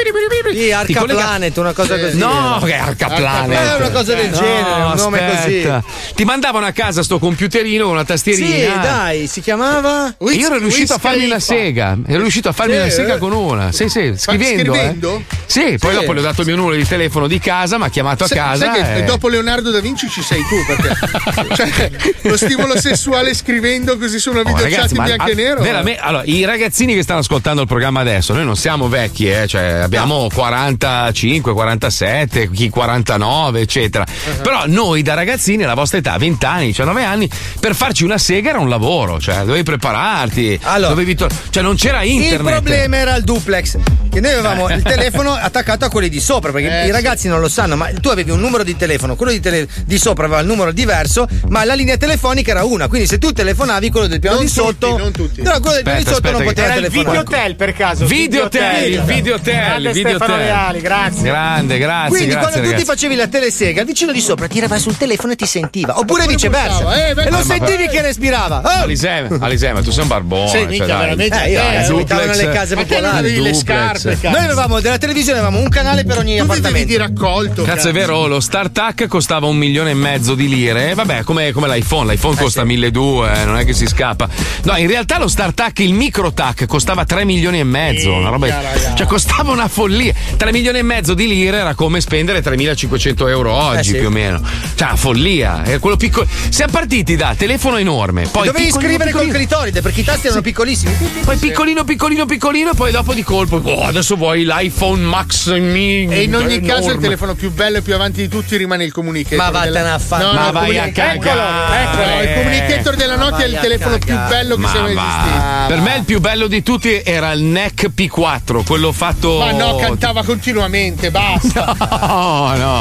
Arcaplanet, una cosa così. No, che Arcaplanet è una cosa del genere, un nome così. Ti mandavano a casa sto computerino con una tastierina. Sì, dai, si chiamava io ero riuscito a farmi una sega. Una sega con una. Sì, scrivendo? Sì, poi dopo le ho dato il mio numero di telefono di casa, mi ha chiamato a casa. Sai che dopo Leonardo da Vinci ci sei tu, perché cioè, lo stimolo sessuale scrivendo così su una video chat in bianco e nero. Allora, i ragazzini che stanno ascoltando il programma adesso, noi non siamo vecchi, cioè abbiamo 45, 47, chi 49, eccetera. Però noi da ragazzini, alla vostra età, 20 anni, 19 anni, per farci una sega era un lavoro, cioè dovevi prepararti, cioè non c'era internet. Il problema era il duplex, che noi avevamo il telefono attaccato a quelli di sopra, perché i ragazzi non lo sanno, ma tu avevi un numero di telefono, quello di sopra aveva il numero diverso, ma la linea telefonica era una, quindi se tu telefonavi quello del piano di sotto, non tutti. No, quello del piano di sotto non poteva telefonare. Era il Videotel per caso. Videotel. Stefano Reali, grazie. Grande. Quindi quando tu ti facevi la telesega, il vicino di sopra tirava sul telefono e ti sentiva, oppure viceversa, e lo sentivi che respirava. Alisei, ma tu sei un barbone. Sì, mica veramente. Io abitavo nelle case popolari. Le scarpe. Noi avevamo della televisione, avevamo un canale per ogni appartamento. Di raccolto. Cazzo, è vero, lo StarTAC costava $1,5 milioni di lire. Vabbè, come l'iPhone costa 1.200, non è che si scappa. No, in realtà lo StarTAC, il MicroTAC, costava $3,5 milioni. Una roba. Cioè, costava una follia. $3,5 milioni di lire era come spendere 3.500 euro oggi, più o meno. Cioè, una follia. Era quello piccolo. Siamo partiti da telefono enorme. Poi dovevi scrivere col clitoride perché i tasti erano piccolissimi. Poi piccolino, poi dopo di colpo. Adesso vuoi l'iPhone Max e in ogni caso il telefono più bello e più avanti di tutti rimane il comunicator. Ma vattene a fare. Ma vai a cagare. Eccolo, il comunicator della Nokia è il telefono più bello che sia mai esistito. Per me il più bello di tutti era il NEC P4, quello fatto. Ma no, cantava continuamente, basta. No.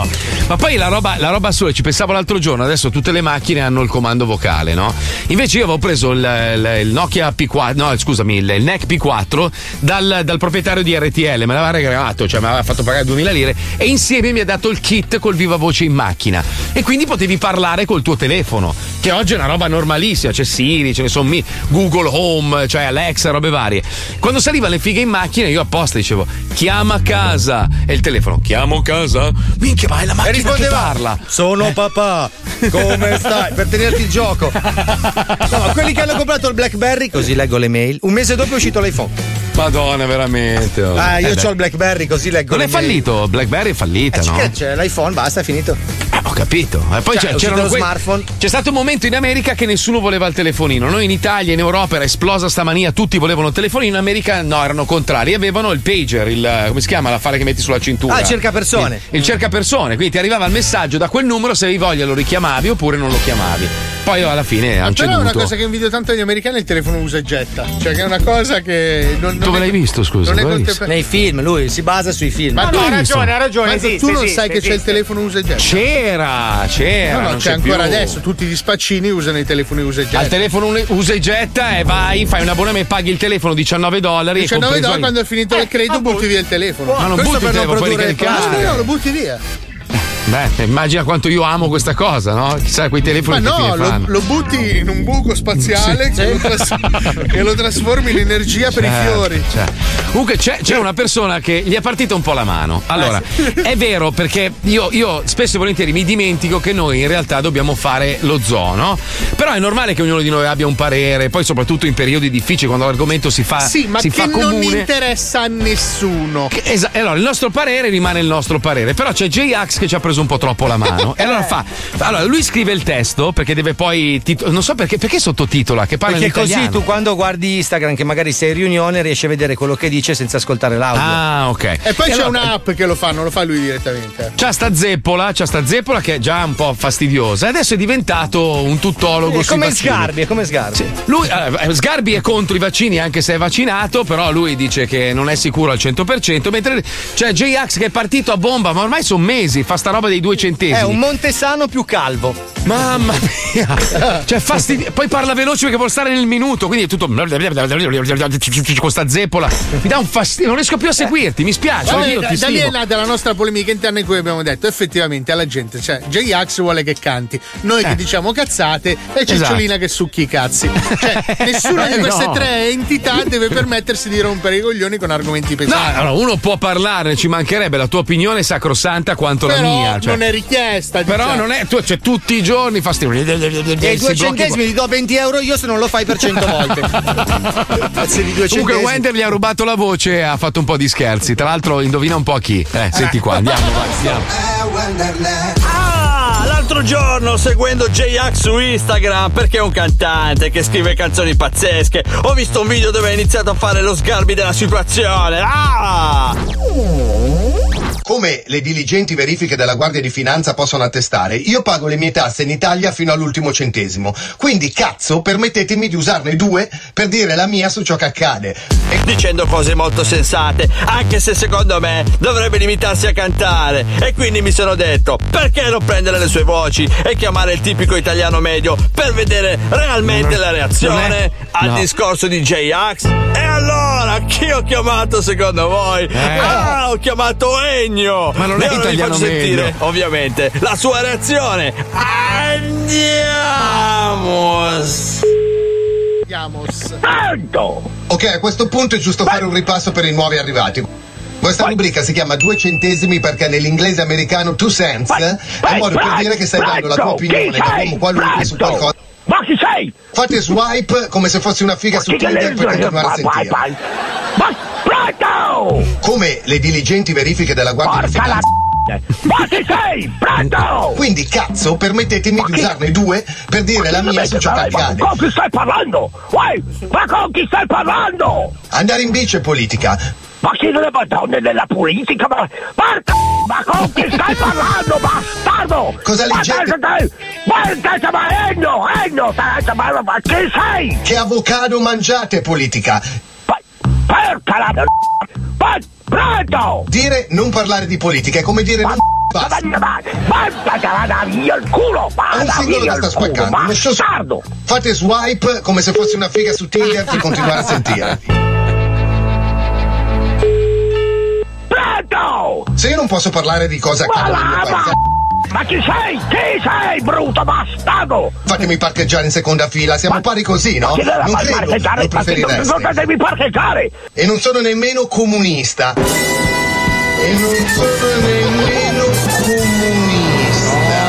Ma poi la roba assurda, ci pensavo l'altro giorno, adesso tutte le macchine hanno il comando vocale, no? Invece io avevo preso il Nokia P4, no scusami, il NEC P4 dal proprietario di RTL, me l'aveva regalato, cioè mi aveva fatto pagare 2000 lire e insieme mi ha dato il kit col viva voce in macchina e quindi potevi parlare col tuo telefono, che oggi è una roba normalissima, c'è Siri, ce ne sono Google Home, cioè Alexa, robe varie. Quando salivano le fighe in macchina io apposta dicevo chiama casa e il telefono chiamo casa, minchia, ma è la macchina che parla. Sono papà, come stai? Per tenerti il gioco. No, ma quelli che hanno comprato il BlackBerry, così leggo le mail, un mese dopo è uscito l'iPhone. Madonna, veramente. Io ho il BlackBerry, così leggo. Non è fallito, BlackBerry è fallita, no? C'è l'iPhone, basta, è finito. Ho capito. E poi c'era lo smartphone. C'è stato un momento in America che nessuno voleva il telefonino. Noi in Italia, in Europa era esplosa sta mania, tutti volevano il telefonino. In America no, erano contrari. Avevano il pager, come si chiama l'affare che metti sulla cintura? Il cercapersone. Il cercapersone. Quindi ti arrivava il messaggio da quel numero, se avevi voglia lo richiamavi oppure non lo chiamavi. Poi alla fine hanno ceduto. Però è una cosa che invidio tanto agli americani, il telefono usa e getta. Cioè che è una cosa che dove l'hai visto, scusa? Nei film, lui si basa sui film. Ma ha ragione. Tu non sai che c'è il telefono usa e getta? C'era. No, c'è ancora adesso. Tutti gli spaccini usano i telefoni usa e getta. Al telefono usa e getta e vai, fai un abbonamento, paghi il telefono $19. $19 quando è finito il credito butti via il telefono. Ma non butti il telefono, puoi ricaricare. No, lo butti via. Beh, immagina quanto io amo questa cosa, no? Chissà quei telefoni ma che no, fine fanno. Lo butti in un buco spaziale che lo trasformi in energia per i fiori. Comunque c'è una persona che gli è partita un po' la mano. Allora, è vero, perché io spesso e volentieri mi dimentico che noi in realtà dobbiamo fare lo zoo, no? Però è normale che ognuno di noi abbia un parere, poi soprattutto in periodi difficili, quando l'argomento si fa comune. Non interessa a nessuno. Allora, il nostro parere rimane il nostro parere, però c'è J-Ax che ci ha preso un po' troppo la mano e allora lui scrive il testo perché deve poi non so perché sottotitola, che parla in italiano. Perché così tu quando guardi Instagram, che magari sei in riunione, riesci a vedere quello che dice senza ascoltare l'audio. Ah, ok. E poi c'è un'app che lo fa, non lo fa lui direttamente. C'ha sta zeppola che è già un po' fastidiosa, adesso è diventato un tuttologo sui vaccini. È come Sgarbi. Sì. Lui Sgarbi è contro i vaccini anche se è vaccinato, però lui dice che non è sicuro al 100%, mentre c'è J-Ax che è partito a bomba, ma ormai sono mesi, fa sta roba dei 2 centesimi. È un Montesano più calvo. Mamma mia. Cioè poi parla veloce perché vuole stare nel minuto, quindi è tutto con sta zeppola. Mi dà un fastidio, non riesco più a seguirti, mi spiace. Da lì è nata la nostra polemica interna in cui abbiamo detto effettivamente alla gente, cioè J-Ax vuole che canti, noi che diciamo cazzate e Cicciolina che succhi i cazzi. Cioè nessuna di queste tre entità deve permettersi di rompere i coglioni con argomenti pesanti. No, allora uno può parlare, ci mancherebbe, la tua opinione è sacrosanta quanto però la mia. Cioè. Non è richiesta. Però non è, cioè tutti i giorni fa e 2 centesimi ti do 20 euro io se non lo fai per 100 volte. Grazie di 2 centesimi. Comunque Wender gli ha rubato la voce e ha fatto un po' di scherzi. Tra l'altro indovina un po' chi. Senti qua, andiamo. L'altro giorno seguendo J-Ax su Instagram, perché è un cantante che scrive canzoni pazzesche, ho visto un video dove ha iniziato a fare lo Sgarbi della situazione. Come le diligenti verifiche della Guardia di Finanza possono attestare, io pago le mie tasse in Italia fino all'ultimo centesimo. Quindi, cazzo, permettetemi di usarne 2 per dire la mia su ciò che accade. Dicendo cose molto sensate, anche se secondo me dovrebbe limitarsi a cantare. E quindi mi sono detto, perché non prendere le sue voci e chiamare il tipico italiano medio per vedere realmente la reazione al discorso di J-Ax? E allora, chi ho chiamato secondo voi? Ho chiamato Ennio. Ma non è italiano medio. Sentire, ovviamente, la sua reazione. Andiamo. Ok, a questo punto è giusto fare un ripasso per i nuovi arrivati. Questa rubrica si chiama 2 centesimi perché nell'inglese americano 2 cents è un modo per dire che stai dando la tua opinione da uomo qualunque su qualcosa. Ma chi sei? Fate swipe come se fossi una figa su Tinder per continuare a sentire. Come le diligenti verifiche della Guardia di Finanza. Ma chi sei? Pronto! Quindi cazzo, permettetemi di usarne 2 per dire la mia su ciò che accade. Ma con chi stai parlando? Ma con chi stai parlando? Andare in bici è politica. Ma chi delle madonne nella politica? Ma con chi stai parlando, bastardo? Cosa leggete? Ma Ennio, ma chi sei? Che avocado mangiate politica? Porca la pronto! Dire non parlare di politica è come dire non Vada via il culo! È un singolo che sta spaccando. Bastardo! Fate swipe come se fosse una figa su Tinder per continuare a sentire. Pronto! Se io non posso parlare di cose a caso del mio paese. Ma chi sei? Chi sei, brutto bastardo? Fatemi parcheggiare in seconda fila, siamo pari così, no? Non credo, lo preferiresti. Non devi parcheggiare! E non sono nemmeno comunista. E non sono nemmeno comunista.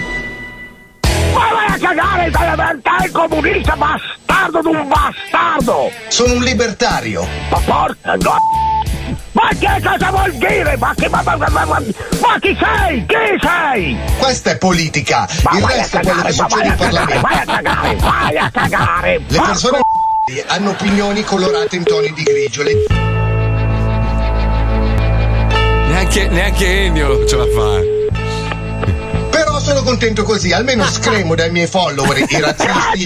Ma vai a cagare, sei comunista, bastardo d'un bastardo! Sono un libertario. Ma porca no! Ma che cosa vuol dire? Ma chi sei? Chi sei? Questa è politica. Il resto è quello che succede in Parlamento. Vai a cagare, vai a cagare! Le persone hanno opinioni colorate in toni di grigio. Neanche Ennio ce la fa. Però sono contento così, almeno scremo dai miei follower i razzisti.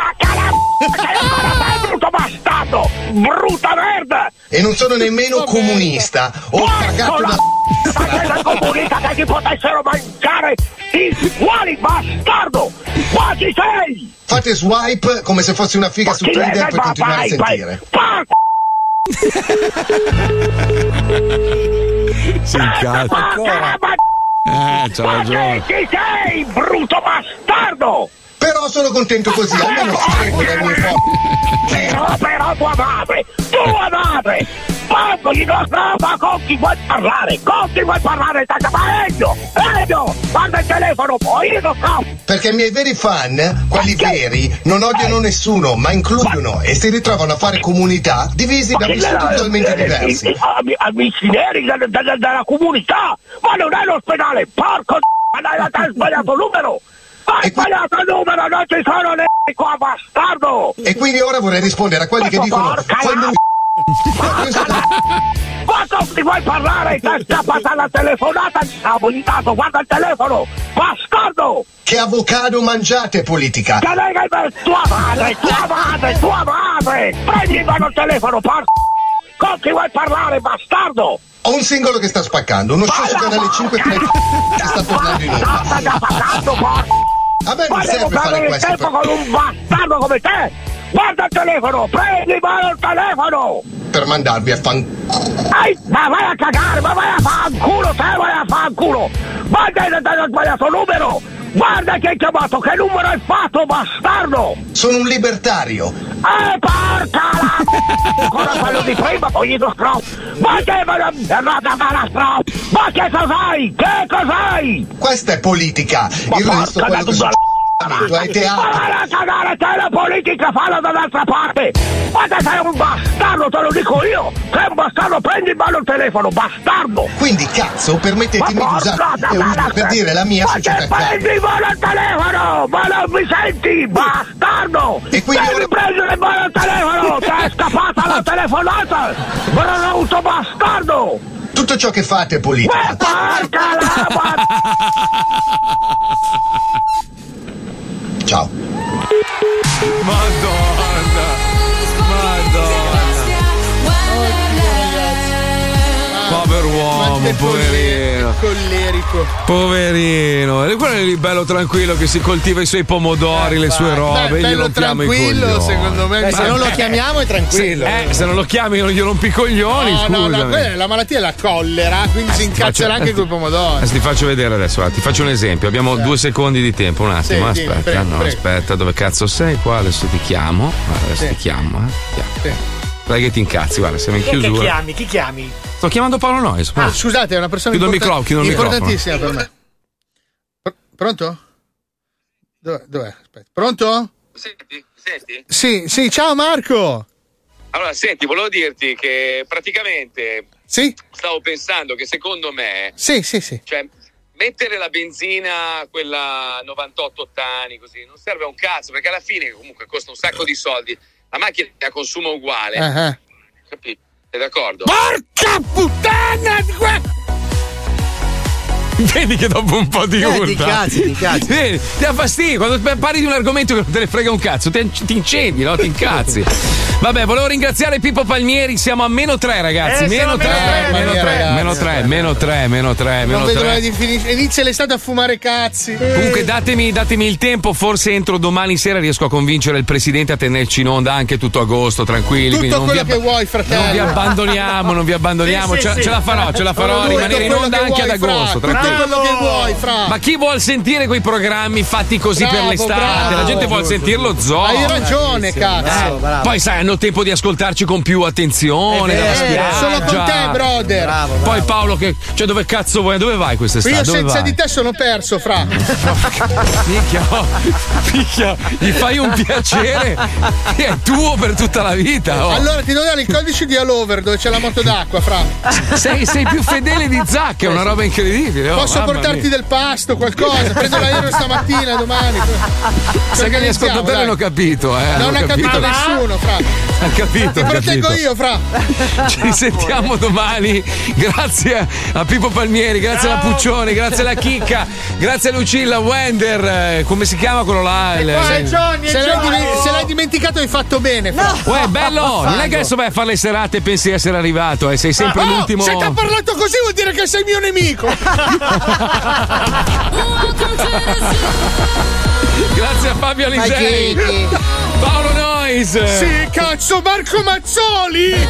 Brutto bastardo! Brutta merda! E non sono nemmeno comunista. Ho cagato da... Ma sei comunista che ti potessero mangiare i quali bastardo! Ma chi sei? Fate swipe come se fossi una figa su Tinder per continuare a sentire. Si incazza ancora. C'ha ragione. Chi sei, brutto bastardo? Però sono contento così, almeno scrivo dai miei foto. Però tua madre! Ma con chi vuoi parlare? Con chi vuoi parlare? Elio! Guarda il telefono, poi io lo so! Perché i miei veri fan, quelli veri, non odiano nessuno, ma includono e si ritrovano a fare comunità divisi da vissuti totalmente diversi. Amici neri della comunità! Ma non è l'ospedale! Porco hai sbagliato il numero! Hai sbagliato il numero! Non ci sono neri qua, bastardo! E quindi ora vorrei rispondere a quelli che dicono... Ma non ti vuoi parlare? Ti è scappata la telefonata, stavo intanto, guarda il telefono, bastardo! Che avocado mangiate, politica? Tua madre! Prendi in mano il telefono, porco! Con chi vuoi parlare, bastardo? Ho un singolo che sta spaccando, uno show su canale 5 che sta tornando in onda. A me non serve fare questo tempo con un bastardo come te! Guarda il telefono! Prendi in mano il telefono! Per mandarvi a ma vai a cagare! Ma vai a fanculo! Te vai a fanculo! Guarda hai sbagliato il numero! Guarda che hai chiamato! Che numero hai fatto, bastardo! Sono un libertario! Porca la ancora quello di prima, poi lo stro! Ma che cos'hai? Che cos'hai? Questa è politica! Il resto è quello che succede. Hai teatro. Ma vai a cagare, te la politica, fallo dall'altra parte! Ma te sei un bastardo, te lo dico io! Sei un bastardo, prendi in mano il telefono, bastardo! Quindi cazzo, permettetemi di usare per dire la mia società. Prendi in mano il telefono! Ma non mi senti, bastardo! E quindi devi prendere in mano il telefono! Ti è scappata la telefonata! Brutto bastardo! Tutto ciò che fate è politica. Porca la Ciao. Madonna. Povero uomo, poverino. Collerico. Poverino. E quello è lì bello tranquillo che si coltiva i suoi pomodori, le sue robe. Bello tranquillo, secondo me. Se non lo chiamiamo è tranquillo. Se non lo chiami non gli rompi i coglioni. No, la malattia è la collera, quindi si incazzerà anche con i pomodori. Ti faccio vedere adesso, ti faccio un esempio. Abbiamo 2 secondi di tempo, un attimo. Sì, aspetta, prego. aspetta, dove cazzo sei? Qua adesso ti chiamo. Adesso ti chiamo, Dai che ti incazzi, guarda, siamo in chiusura. Chi chiami? Sto chiamando Paolo Noyes. Scusate, è una persona chiudo il microfono. Importantissima per me. Pronto? Dov'è? Aspetta. Pronto? Senti? Sì, ciao Marco. Allora, senti, volevo dirti che praticamente stavo pensando che secondo me Sì. Cioè, mettere la benzina, quella 98 ottani, così, non serve a un cazzo, perché alla fine comunque costa un sacco di soldi. La macchina consuma uguale. Capito? Sei d'accordo? Porca puttana di Vedi che dopo un po' di urla ti cazzi. Vedi, ti dà fastidio quando parli di un argomento che non te ne frega un cazzo, ti incendi, no? Ti incazzi. Vabbè, volevo ringraziare Pippo Palmieri, siamo a -3 ragazzi, meno 3. Non vedo l'ora di finire, inizia l'estate a fumare cazzi. Comunque datemi il tempo, forse entro domani sera riesco a convincere il presidente a tenerci in onda anche tutto agosto, tranquilli. Tutto quello che vuoi, fratello. Non vi abbandoniamo, ce la farò a rimanere in onda anche ad agosto, tranquillo. Quello che vuoi, fra. Ma chi vuol sentire quei programmi fatti così per l'estate? La gente vuole sentirlo zoo. Hai ragione, cazzo. Poi sai, hanno tempo di ascoltarci con più attenzione dalla spiaggia. Sono con te, brother. Poi Paolo, dove cazzo vuoi? Dove vai quest'estate? Io senza di te sono perso, fra. Minchia, gli fai un piacere che è tuo per tutta la vita. Allora ti devo dare il codice di Allover dove c'è la moto d'acqua, fra. Sei più fedele di Zac, è una roba incredibile. Posso portarti del pasto, qualcosa? Prendo l'aereo stamattina, domani. Sai che gli ascoltatori hanno capito, Non ha capito nessuno, fra. Ha capito. Ti proteggo io, fra. Ci sentiamo domani. Grazie a Pippo Palmieri, grazie alla Puccioni, grazie alla Chicca, grazie a Lucilla, Wender, come si chiama quello là? Se l'hai dimenticato hai fatto bene, fra. Uè, bello, non è che adesso vai a fare le serate e pensi di essere arrivato, sei sempre l'ultimo. Se ti ha parlato così vuol dire che sei mio nemico. Grazie a Fabio Alisei, Paolo Nois. Sì, cazzo, Marco Mazzoli.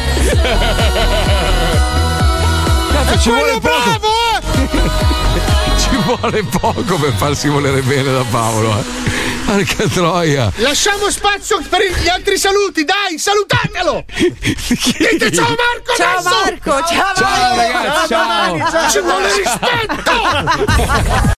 Cazzo, ci vuole poco. Bravo, Ci vuole poco per farsi volere bene da Paolo. Porca troia. Lasciamo spazio per gli altri saluti, dai, salutatelo. Dite ciao Marco. Ciao Marco, ciao ragazzi, ciao. Ci vuole rispetto.